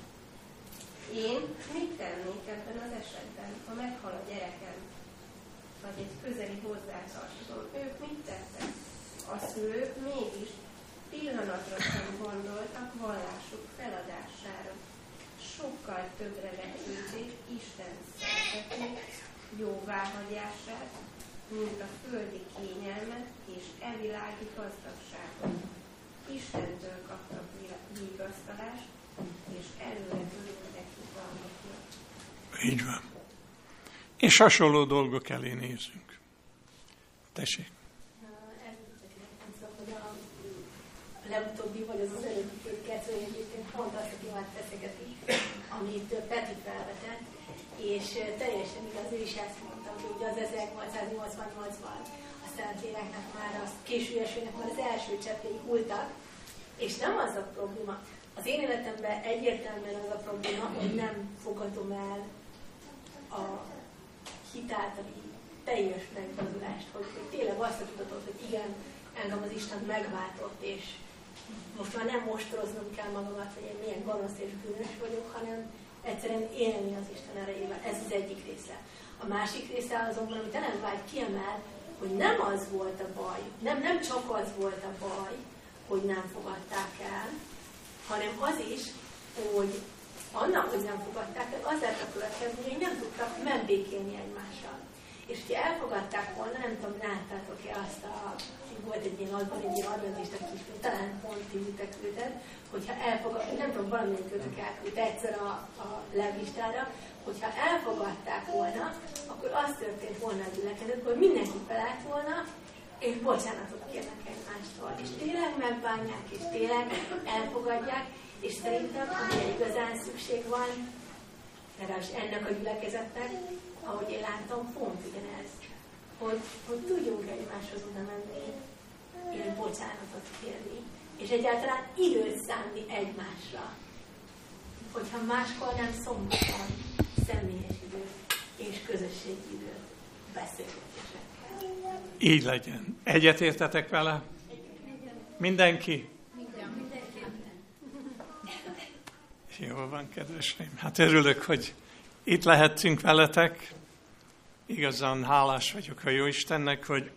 Én mit tennék ebben az esetben, ha meghal a gyerekem, vagy egy közeli hozzátartozom? Ők mit tettek? A szülők mégis pillanatra sem gondoltak vallásuk feladására. sokkal többre becsülték Isten szeretetét, jóváhagyását, mint a földi kényelmet és evilági gazdagságot. Istentől kaptak vigasztalást, és előre örültek utalmaknak. Így van. És hasonló dolgok elé nézünk. Tessék. A legutóbbi, vagy az előbbi podcast, egyébként pont azt a kívánt feszegetés, amit Peti felvetett, és teljesen igaz, ő is ezt mondta, hogy ugye az 1888-ban a Szentléleknek már, a késő esőnek már az első cseppjei hultak, és nem az a probléma. Az én életemben egyértelműen az a probléma, hogy nem fogadom el a hitáltali teljes megmozdulást, hogy tényleg azt a tudatot, hogy igen, engem az Isten megváltott, és most már nem mostroznom kell magamat, hogy én milyen gonosz és bűnös vagyok, hanem egyszerűen élni az Isten erejével. Ez az egyik része. A másik része azonban, amit Ellen White kiemel, hogy nem az volt a baj, nem csak az volt a baj, hogy nem fogadták el, hanem az is, hogy annak, hogy nem fogadták el, az lett a következő, hogy nem tudtak megbékélni egymással. És ha elfogadták volna, nem tudom, láttátok-e azt volt egy ilyen adventista kismény, talán pont tízitek küldted, hogyha elfogadták, nem tudom, valamelyik őtök elküldte egyszer a levistára, hogyha elfogadták volna, akkor az történt volna a gyülekezetben, hogy mindenki felállt volna, és bocsánatot kérnek egymástól. És tényleg megbánják, és tényleg elfogadják, és szerintem, amire igazán szükség van, legalábbis ennek a gyülekezetnek, ahogy én láttam, pont ugyanez, hogy tudjunk egymáshoz oda menni, és bocsánatot kérni, és egyáltalán időt szánni egymásra. Hogyha máskor nem szombaton személyes időt és közösségi időt beszélgetésekkel. Így legyen. Egyetértetek vele? Mindenki? Jól van, kedveseim. Hát örülök, hogy itt lehettünk veletek. Igazán hálás vagyok a Jóistennek, hogy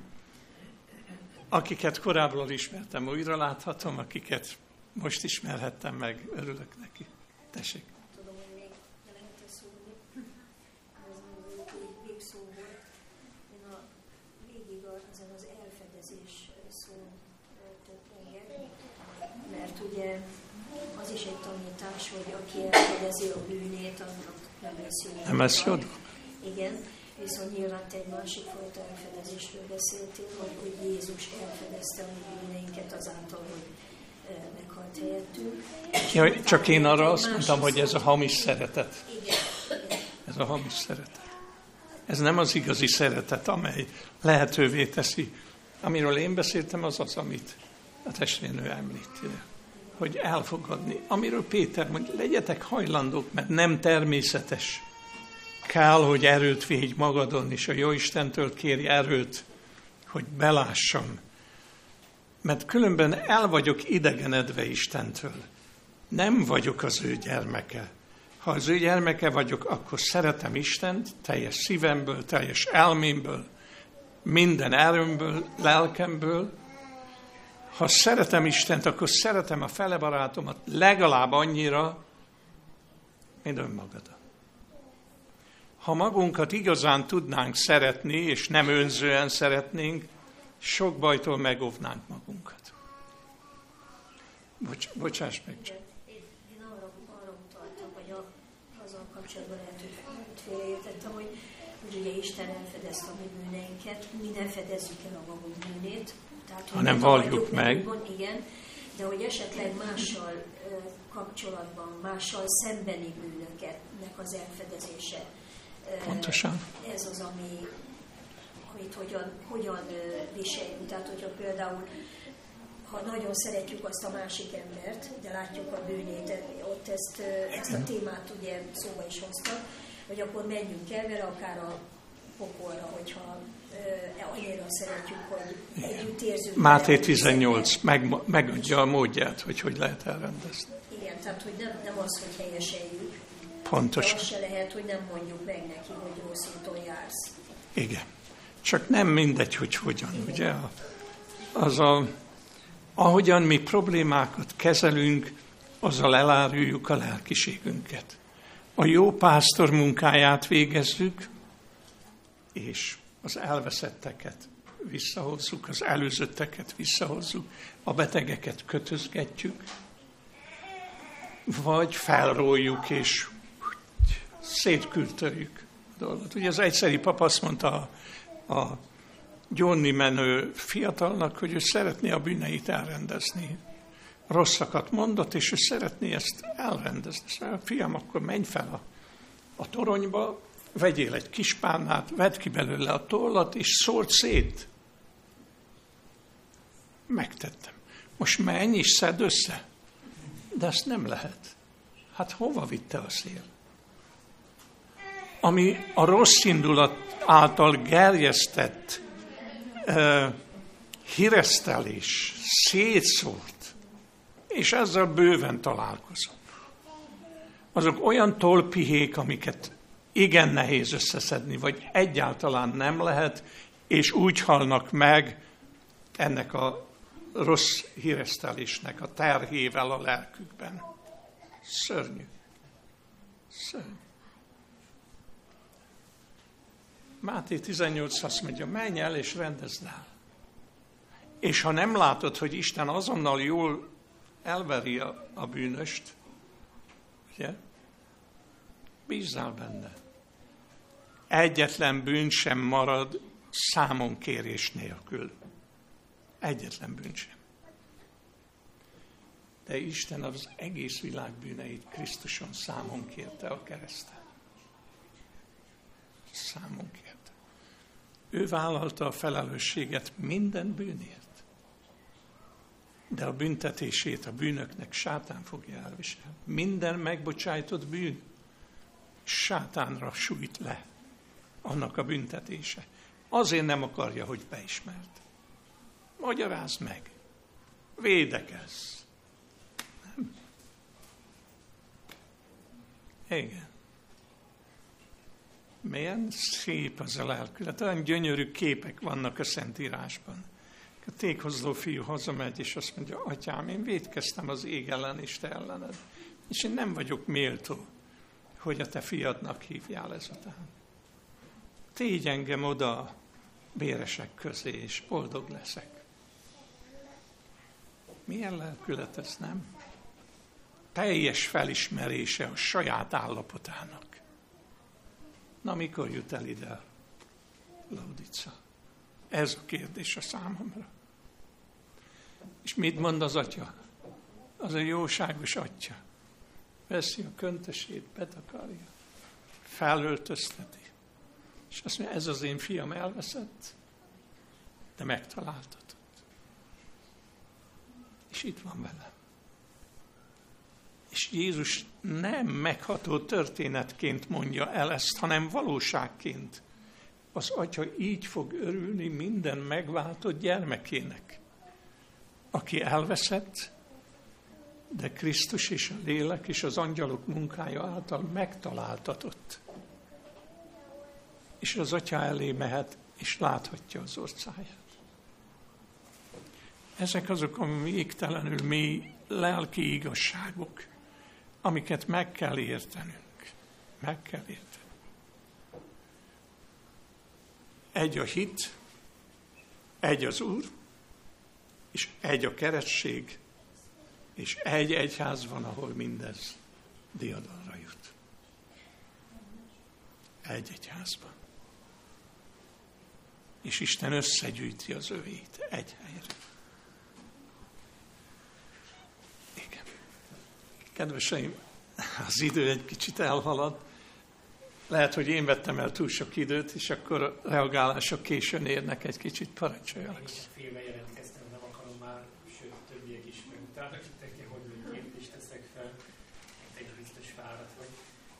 akiket korábbról ismertem, újra láthatom, akiket most ismerhettem meg, örülök neki. Tessék. Tudom, hogy még lehet szólni. Ez egy végszó volt. Én a végig azon az elfedezés szó tett engem, mert ugye az is egy tanítás, hogy aki elfedezi a bűnét, annak nem lesz jó. Nem lesz jó? Igen, viszont nyilván te egy másik fajta elfedezésről beszéltél, hogy Jézus elfedezte a mi bűneinket azáltal, hogy meghalt helyettünk. Ja, csak én arra azt mondtam, hogy ez a hamis szeretet. Igen. Ez a hamis szeretet. Ez nem az igazi szeretet, amely lehetővé teszi. Amiről én beszéltem, az az, amit a testvérnő említi, hogy elfogadni. Amiről Péter mondja, legyetek hajlandók, mert nem természetes. Kell, hogy erőt védj magadon, és a Jóistentől kérj erőt, hogy belássam. Mert különben el vagyok idegenedve Istentől. Nem vagyok az ő gyermeke. Ha az ő gyermeke vagyok, akkor szeretem Istent teljes szívemből, teljes elmémből, minden erőmből, lelkemből. Ha szeretem Istent, akkor szeretem a fele barátomat legalább annyira, mint önmagadat. Ha magunkat igazán tudnánk szeretni, és nem önzően szeretnénk, sok bajtól megóvnánk magunkat. Bocsáss meg csak. Én arra utaltam, hogy azzal kapcsolatban lehet, hogy félreértettem, hogy ugye Isten elfedezte a mi bűneinket, mi nem fedezzük el a magunk bűnét. Tehát, hanem valljuk meg. Igen, de hogy esetleg mással kapcsolatban, mással szembeni bűnöknek az elfedezése. Pontosan. Ez az, amit hogyan viseljünk. Tehát, hogyha például, ha nagyon szeretjük azt a másik embert, de látjuk a bűnét, ott ezt a témát ugye szóba is hoztak, hogy akkor menjünk el vele, akár a pokolra, hogyha annyira szeretjük, hogy együtt érzünk. Máté 18 megadja a módját, hogy lehet elrendezni. Igen, tehát hogy nem az, hogy helyeseljük. Pontosan. De az se lehet, hogy nem mondjuk meg neki, hogy rossz úton jársz. Igen. Csak nem mindegy, hogy hogyan, ugye? Ahogyan mi problémákat kezelünk, azzal eláruljuk a lelkiségünket. A jó pásztor munkáját végezzük, és az elveszetteket visszahozzuk, az előzötteket visszahozzuk, a betegeket kötözgetjük, vagy felróljuk, és szétkültörjük a dolgot. Ugye az egyszeri pap azt mondta a gyónni menő fiatalnak, hogy ő szeretné a bűneit elrendezni. Rosszakat mondott, és ő szeretné ezt elrendezni. Szóval, fiam, akkor menj fel a toronyba, vegyél egy kis párnát, vedd ki belőle a tollat, és szóld szét. Megtettem. Most menj és szedd össze. De ezt nem lehet. Hát hova vitte a szél? Ami a rossz indulat által gerjesztett híresztelés, szétszórt, és ezzel bőven találkozom. Azok olyan tolpihék, amiket igen nehéz összeszedni, vagy egyáltalán nem lehet, és úgy halnak meg ennek a rossz híresztelésnek a terhével a lelkükben. Szörnyű. Szörnyű. Máté 18 azt mondja, menj el és rendezd el. És ha nem látod, hogy Isten azonnal jól elveri a bűnöst, ugye? Bízzál benne. Egyetlen bűn sem marad számonkérés nélkül. Egyetlen bűn sem. De Isten az egész világ bűneit Krisztuson számon kérte a kereszten. Számon kérte. Ő vállalta a felelősséget minden bűnért. De a büntetését a bűnöknek sátán fogja elviselni. Minden megbocsájtott bűn sátánra sújt le annak a büntetése. Azért nem akarja, hogy beismert. Magyarázd meg. Védekezz. Nem? Igen. Milyen szép az a lelkület. Olyan gyönyörű képek vannak a Szentírásban. A tékozló fiú hazamegy, és azt mondja, atyám, én vétkeztem az ég ellen és te ellened. És én nem vagyok méltó, hogy a te fiadnak hívjál ezután. Tégy engem oda a béresek közé, és boldog leszek. Milyen lelkület ez, nem? Teljes felismerése a saját állapotának. Na, mikor jut el ide Laodica? Ez a kérdés a számomra. És mit mond az atya? Az a jóságos atya. Veszi a köntösét, betakarja, felöltözteti. És azt mondja, ez az én fiam elveszett, de megtaláltatod. És itt van velem. És Jézus nem megható történetként mondja el ezt, hanem valóságként. Az atya így fog örülni minden megváltott gyermekének, aki elveszett, de Krisztus és a lélek és az angyalok munkája által megtaláltatott. És az atya elé mehet, és láthatja az orcáját. Ezek azok a végtelenül mély lelki igazságok, amiket meg kell értenünk. Meg kell értenünk. Egy a hit, egy az Úr, és egy a keresztség, és egy egyház van, ahol mindez diadalra jut. Egy egyházban. És Isten összegyűjti az övéit egy helyre. Igen. Kedveseim, az idő egy kicsit elhalad. Lehet, hogy én vettem el túl sok időt, és akkor a reagálások későn érnek, egy kicsit parancsoljalak. Én félbe jelentkeztem, nem akarom már, sőt, többiek is megutálnak itt, hogy még kérdést teszek fel. Te is biztos fáradt vagy.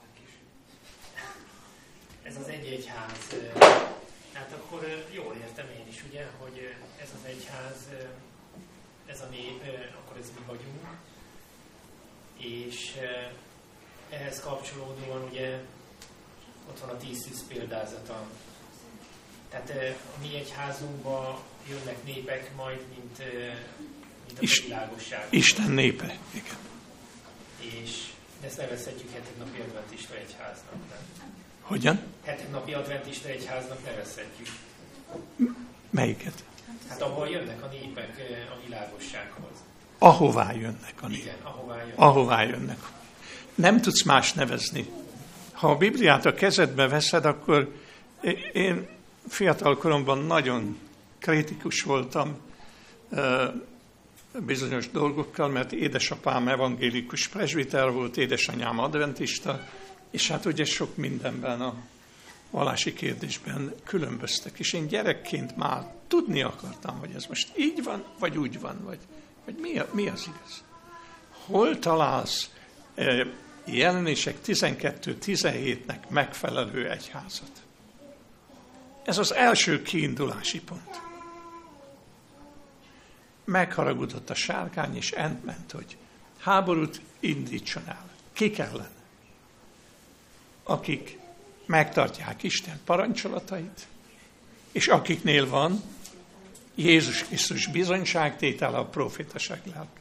Ez az egy-egyház. Hát akkor jól értem én is, ugye, hogy ez az egyház, ez a nép, akkor ez mi vagyunk. És ehhez kapcsolódóan ugye ott van a 10 példázata. Tehát a mi egyházunkba jönnek népek majd, mint a világosság. Isten népe, igen. és ezt nevezhetjük hetednapi adventista egyháznak, nem? Hogyan? Hetednapi adventista egyháznak nevezhetjük. Melyiket? Hát ahol jönnek a népek a világossághoz. Ahová jönnek a népek. Igen, ahová jönnek. Ahová jönnek. Nem tudsz más nevezni. Ha a Bibliát a kezedbe veszed, akkor én fiatal koromban nagyon kritikus voltam bizonyos dolgokkal, mert édesapám evangélikus presbiter volt, édesanyám adventista, és hát ugye sok mindenben a vallási kérdésben különböztek. És én gyerekként már tudni akartam, hogy ez most így van, vagy úgy van, vagy mi az igaz. Hol találsz Jelenések 12-17-nek megfelelő egyházat? Ez az első kiindulási pont. Megharagudott a sárkány, és ment, hogy háborút indítson el. Kik ellen? Akik megtartják Isten parancsolatait, és akiknél van Jézus Krisztus bizonyságtétele, a profétaság lelke.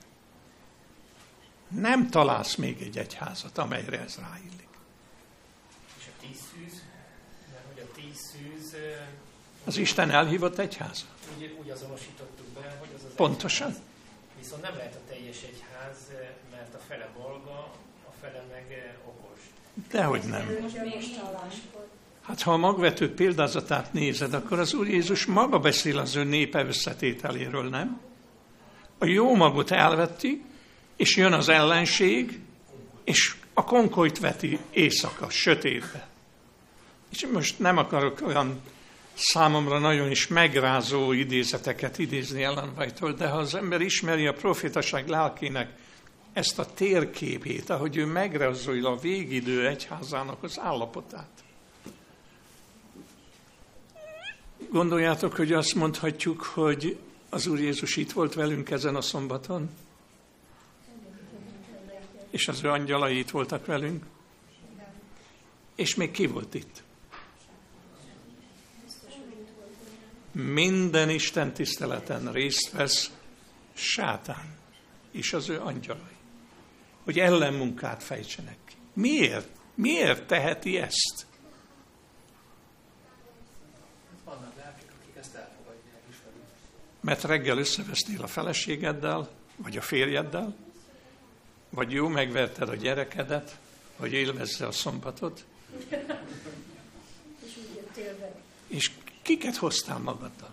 Nem találsz még egy egyházat, amelyre ez ráillik. És a 10 szűz? Mert hogy a 10 szűz... Az Isten elhívott egyháza? Úgy azonosítottuk be, hogy az pontosan. Egyház. Viszont nem lehet a teljes egyház, mert a fele balga, a fele meg okos. Dehogy nem. Hát ha a magvető példázatát nézed, akkor az Úr Jézus maga beszél az ő népe összetételéről, nem? A jó magot elvetti, és jön az ellenség, és a konkolyt veti éjszaka, sötétbe. És most nem akarok olyan számomra nagyon is megrázó idézeteket idézni Ellen White-tól, de ha az ember ismeri a profétaság lelkének ezt a térképét, ahogy ő megrajzolja a végidő egyházának az állapotát. Gondoljátok, hogy azt mondhatjuk, hogy az Úr Jézus itt volt velünk ezen a szombaton? És az ő angyalai itt voltak velünk? És még ki volt itt? Minden Isten tiszteleten részt vesz sátán és az ő angyalai, hogy ellenmunkát fejtsenek ki. Miért? Miért teheti ezt? Vannak lelkek, akik ezt elfogadják is velük. Mert reggel összevesztél a feleségeddel, vagy a férjeddel, vagy jó, megverted a gyerekedet, hogy élvezze a szombatot. És úgy jöttél be. És kiket hoztál magaddal?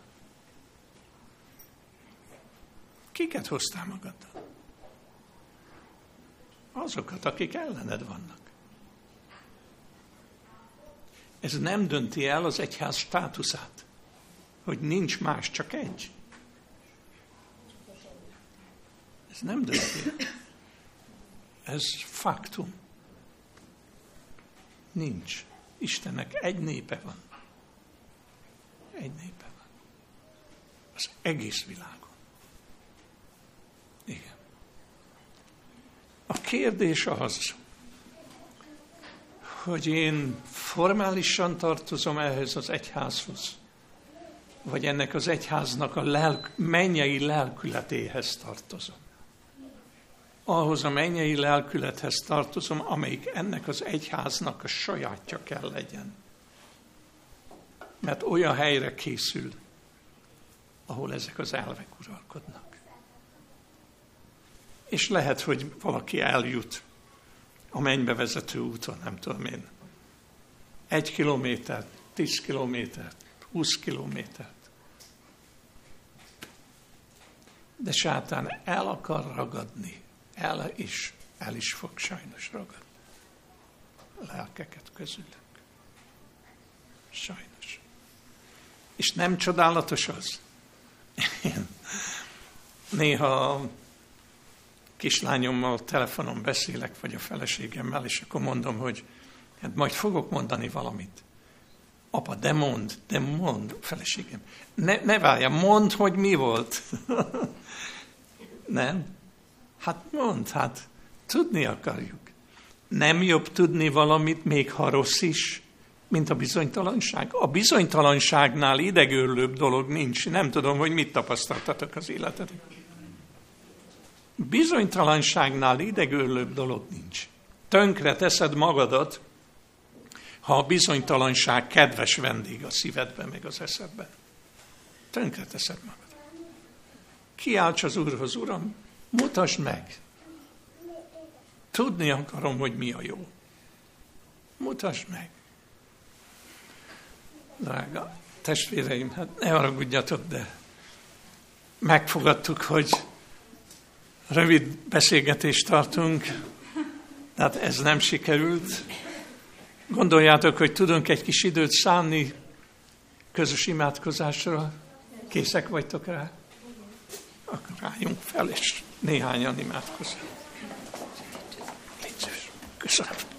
Kiket hoztál magaddal? Azokat, akik ellened vannak. Ez nem dönti el az egyház státuszát, hogy nincs más, csak egy. Ez nem dönti el. Ez faktum. Nincs. Istennek egy népe van. Egy népe van. Az egész világon. Igen. A kérdés az, hogy én formálisan tartozom ehhez az egyházhoz, vagy ennek az egyháznak a mennyei lelkületéhez tartozom. Ahhoz a mennyei lelkülethez tartozom, amelyik ennek az egyháznak a sajátja kell legyen. Mert olyan helyre készül, ahol ezek az elvek uralkodnak. És lehet, hogy valaki eljut a mennybe vezető úton, nem tudom én, 1 kilométert, 10 kilométert, 20 kilométert. De sátán el akar ragadni, el is fog sajnos ragadni a lelkeket közülük. Sajnos. És nem csodálatos az? Én néha a kislányommal telefonon beszélek, vagy a feleségemmel, és akkor mondom, hogy hát majd fogok mondani valamit. Apa, de mondd, feleségem. Ne várjál, mondd, hogy mi volt. Nem? Hát mondd, hát tudni akarjuk. Nem jobb tudni valamit, még ha rossz is, mint a bizonytalanság? A bizonytalanságnál idegőrlőbb dolog nincs. Nem tudom, hogy mit tapasztaltatok az életedben. bizonytalanságnál idegőrlőbb dolog nincs. Tönkre teszed magadat, ha a bizonytalanság kedves vendég a szívedben, meg az eszedben. Tönkre teszed magad. Kiálts az Úrhoz, Uram, mutasd meg. Tudni akarom, hogy mi a jó. Mutasd meg. Drága testvéreim, hát ne haragudjatok, de megfogadtuk, hogy rövid beszélgetést tartunk, tehát ez nem sikerült. Gondoljátok, hogy tudunk egy kis időt szánni közös imádkozásra? Készek vagytok rá? Akkor álljunk fel, és néhányan imádkozunk. Légy szíves. Köszönöm.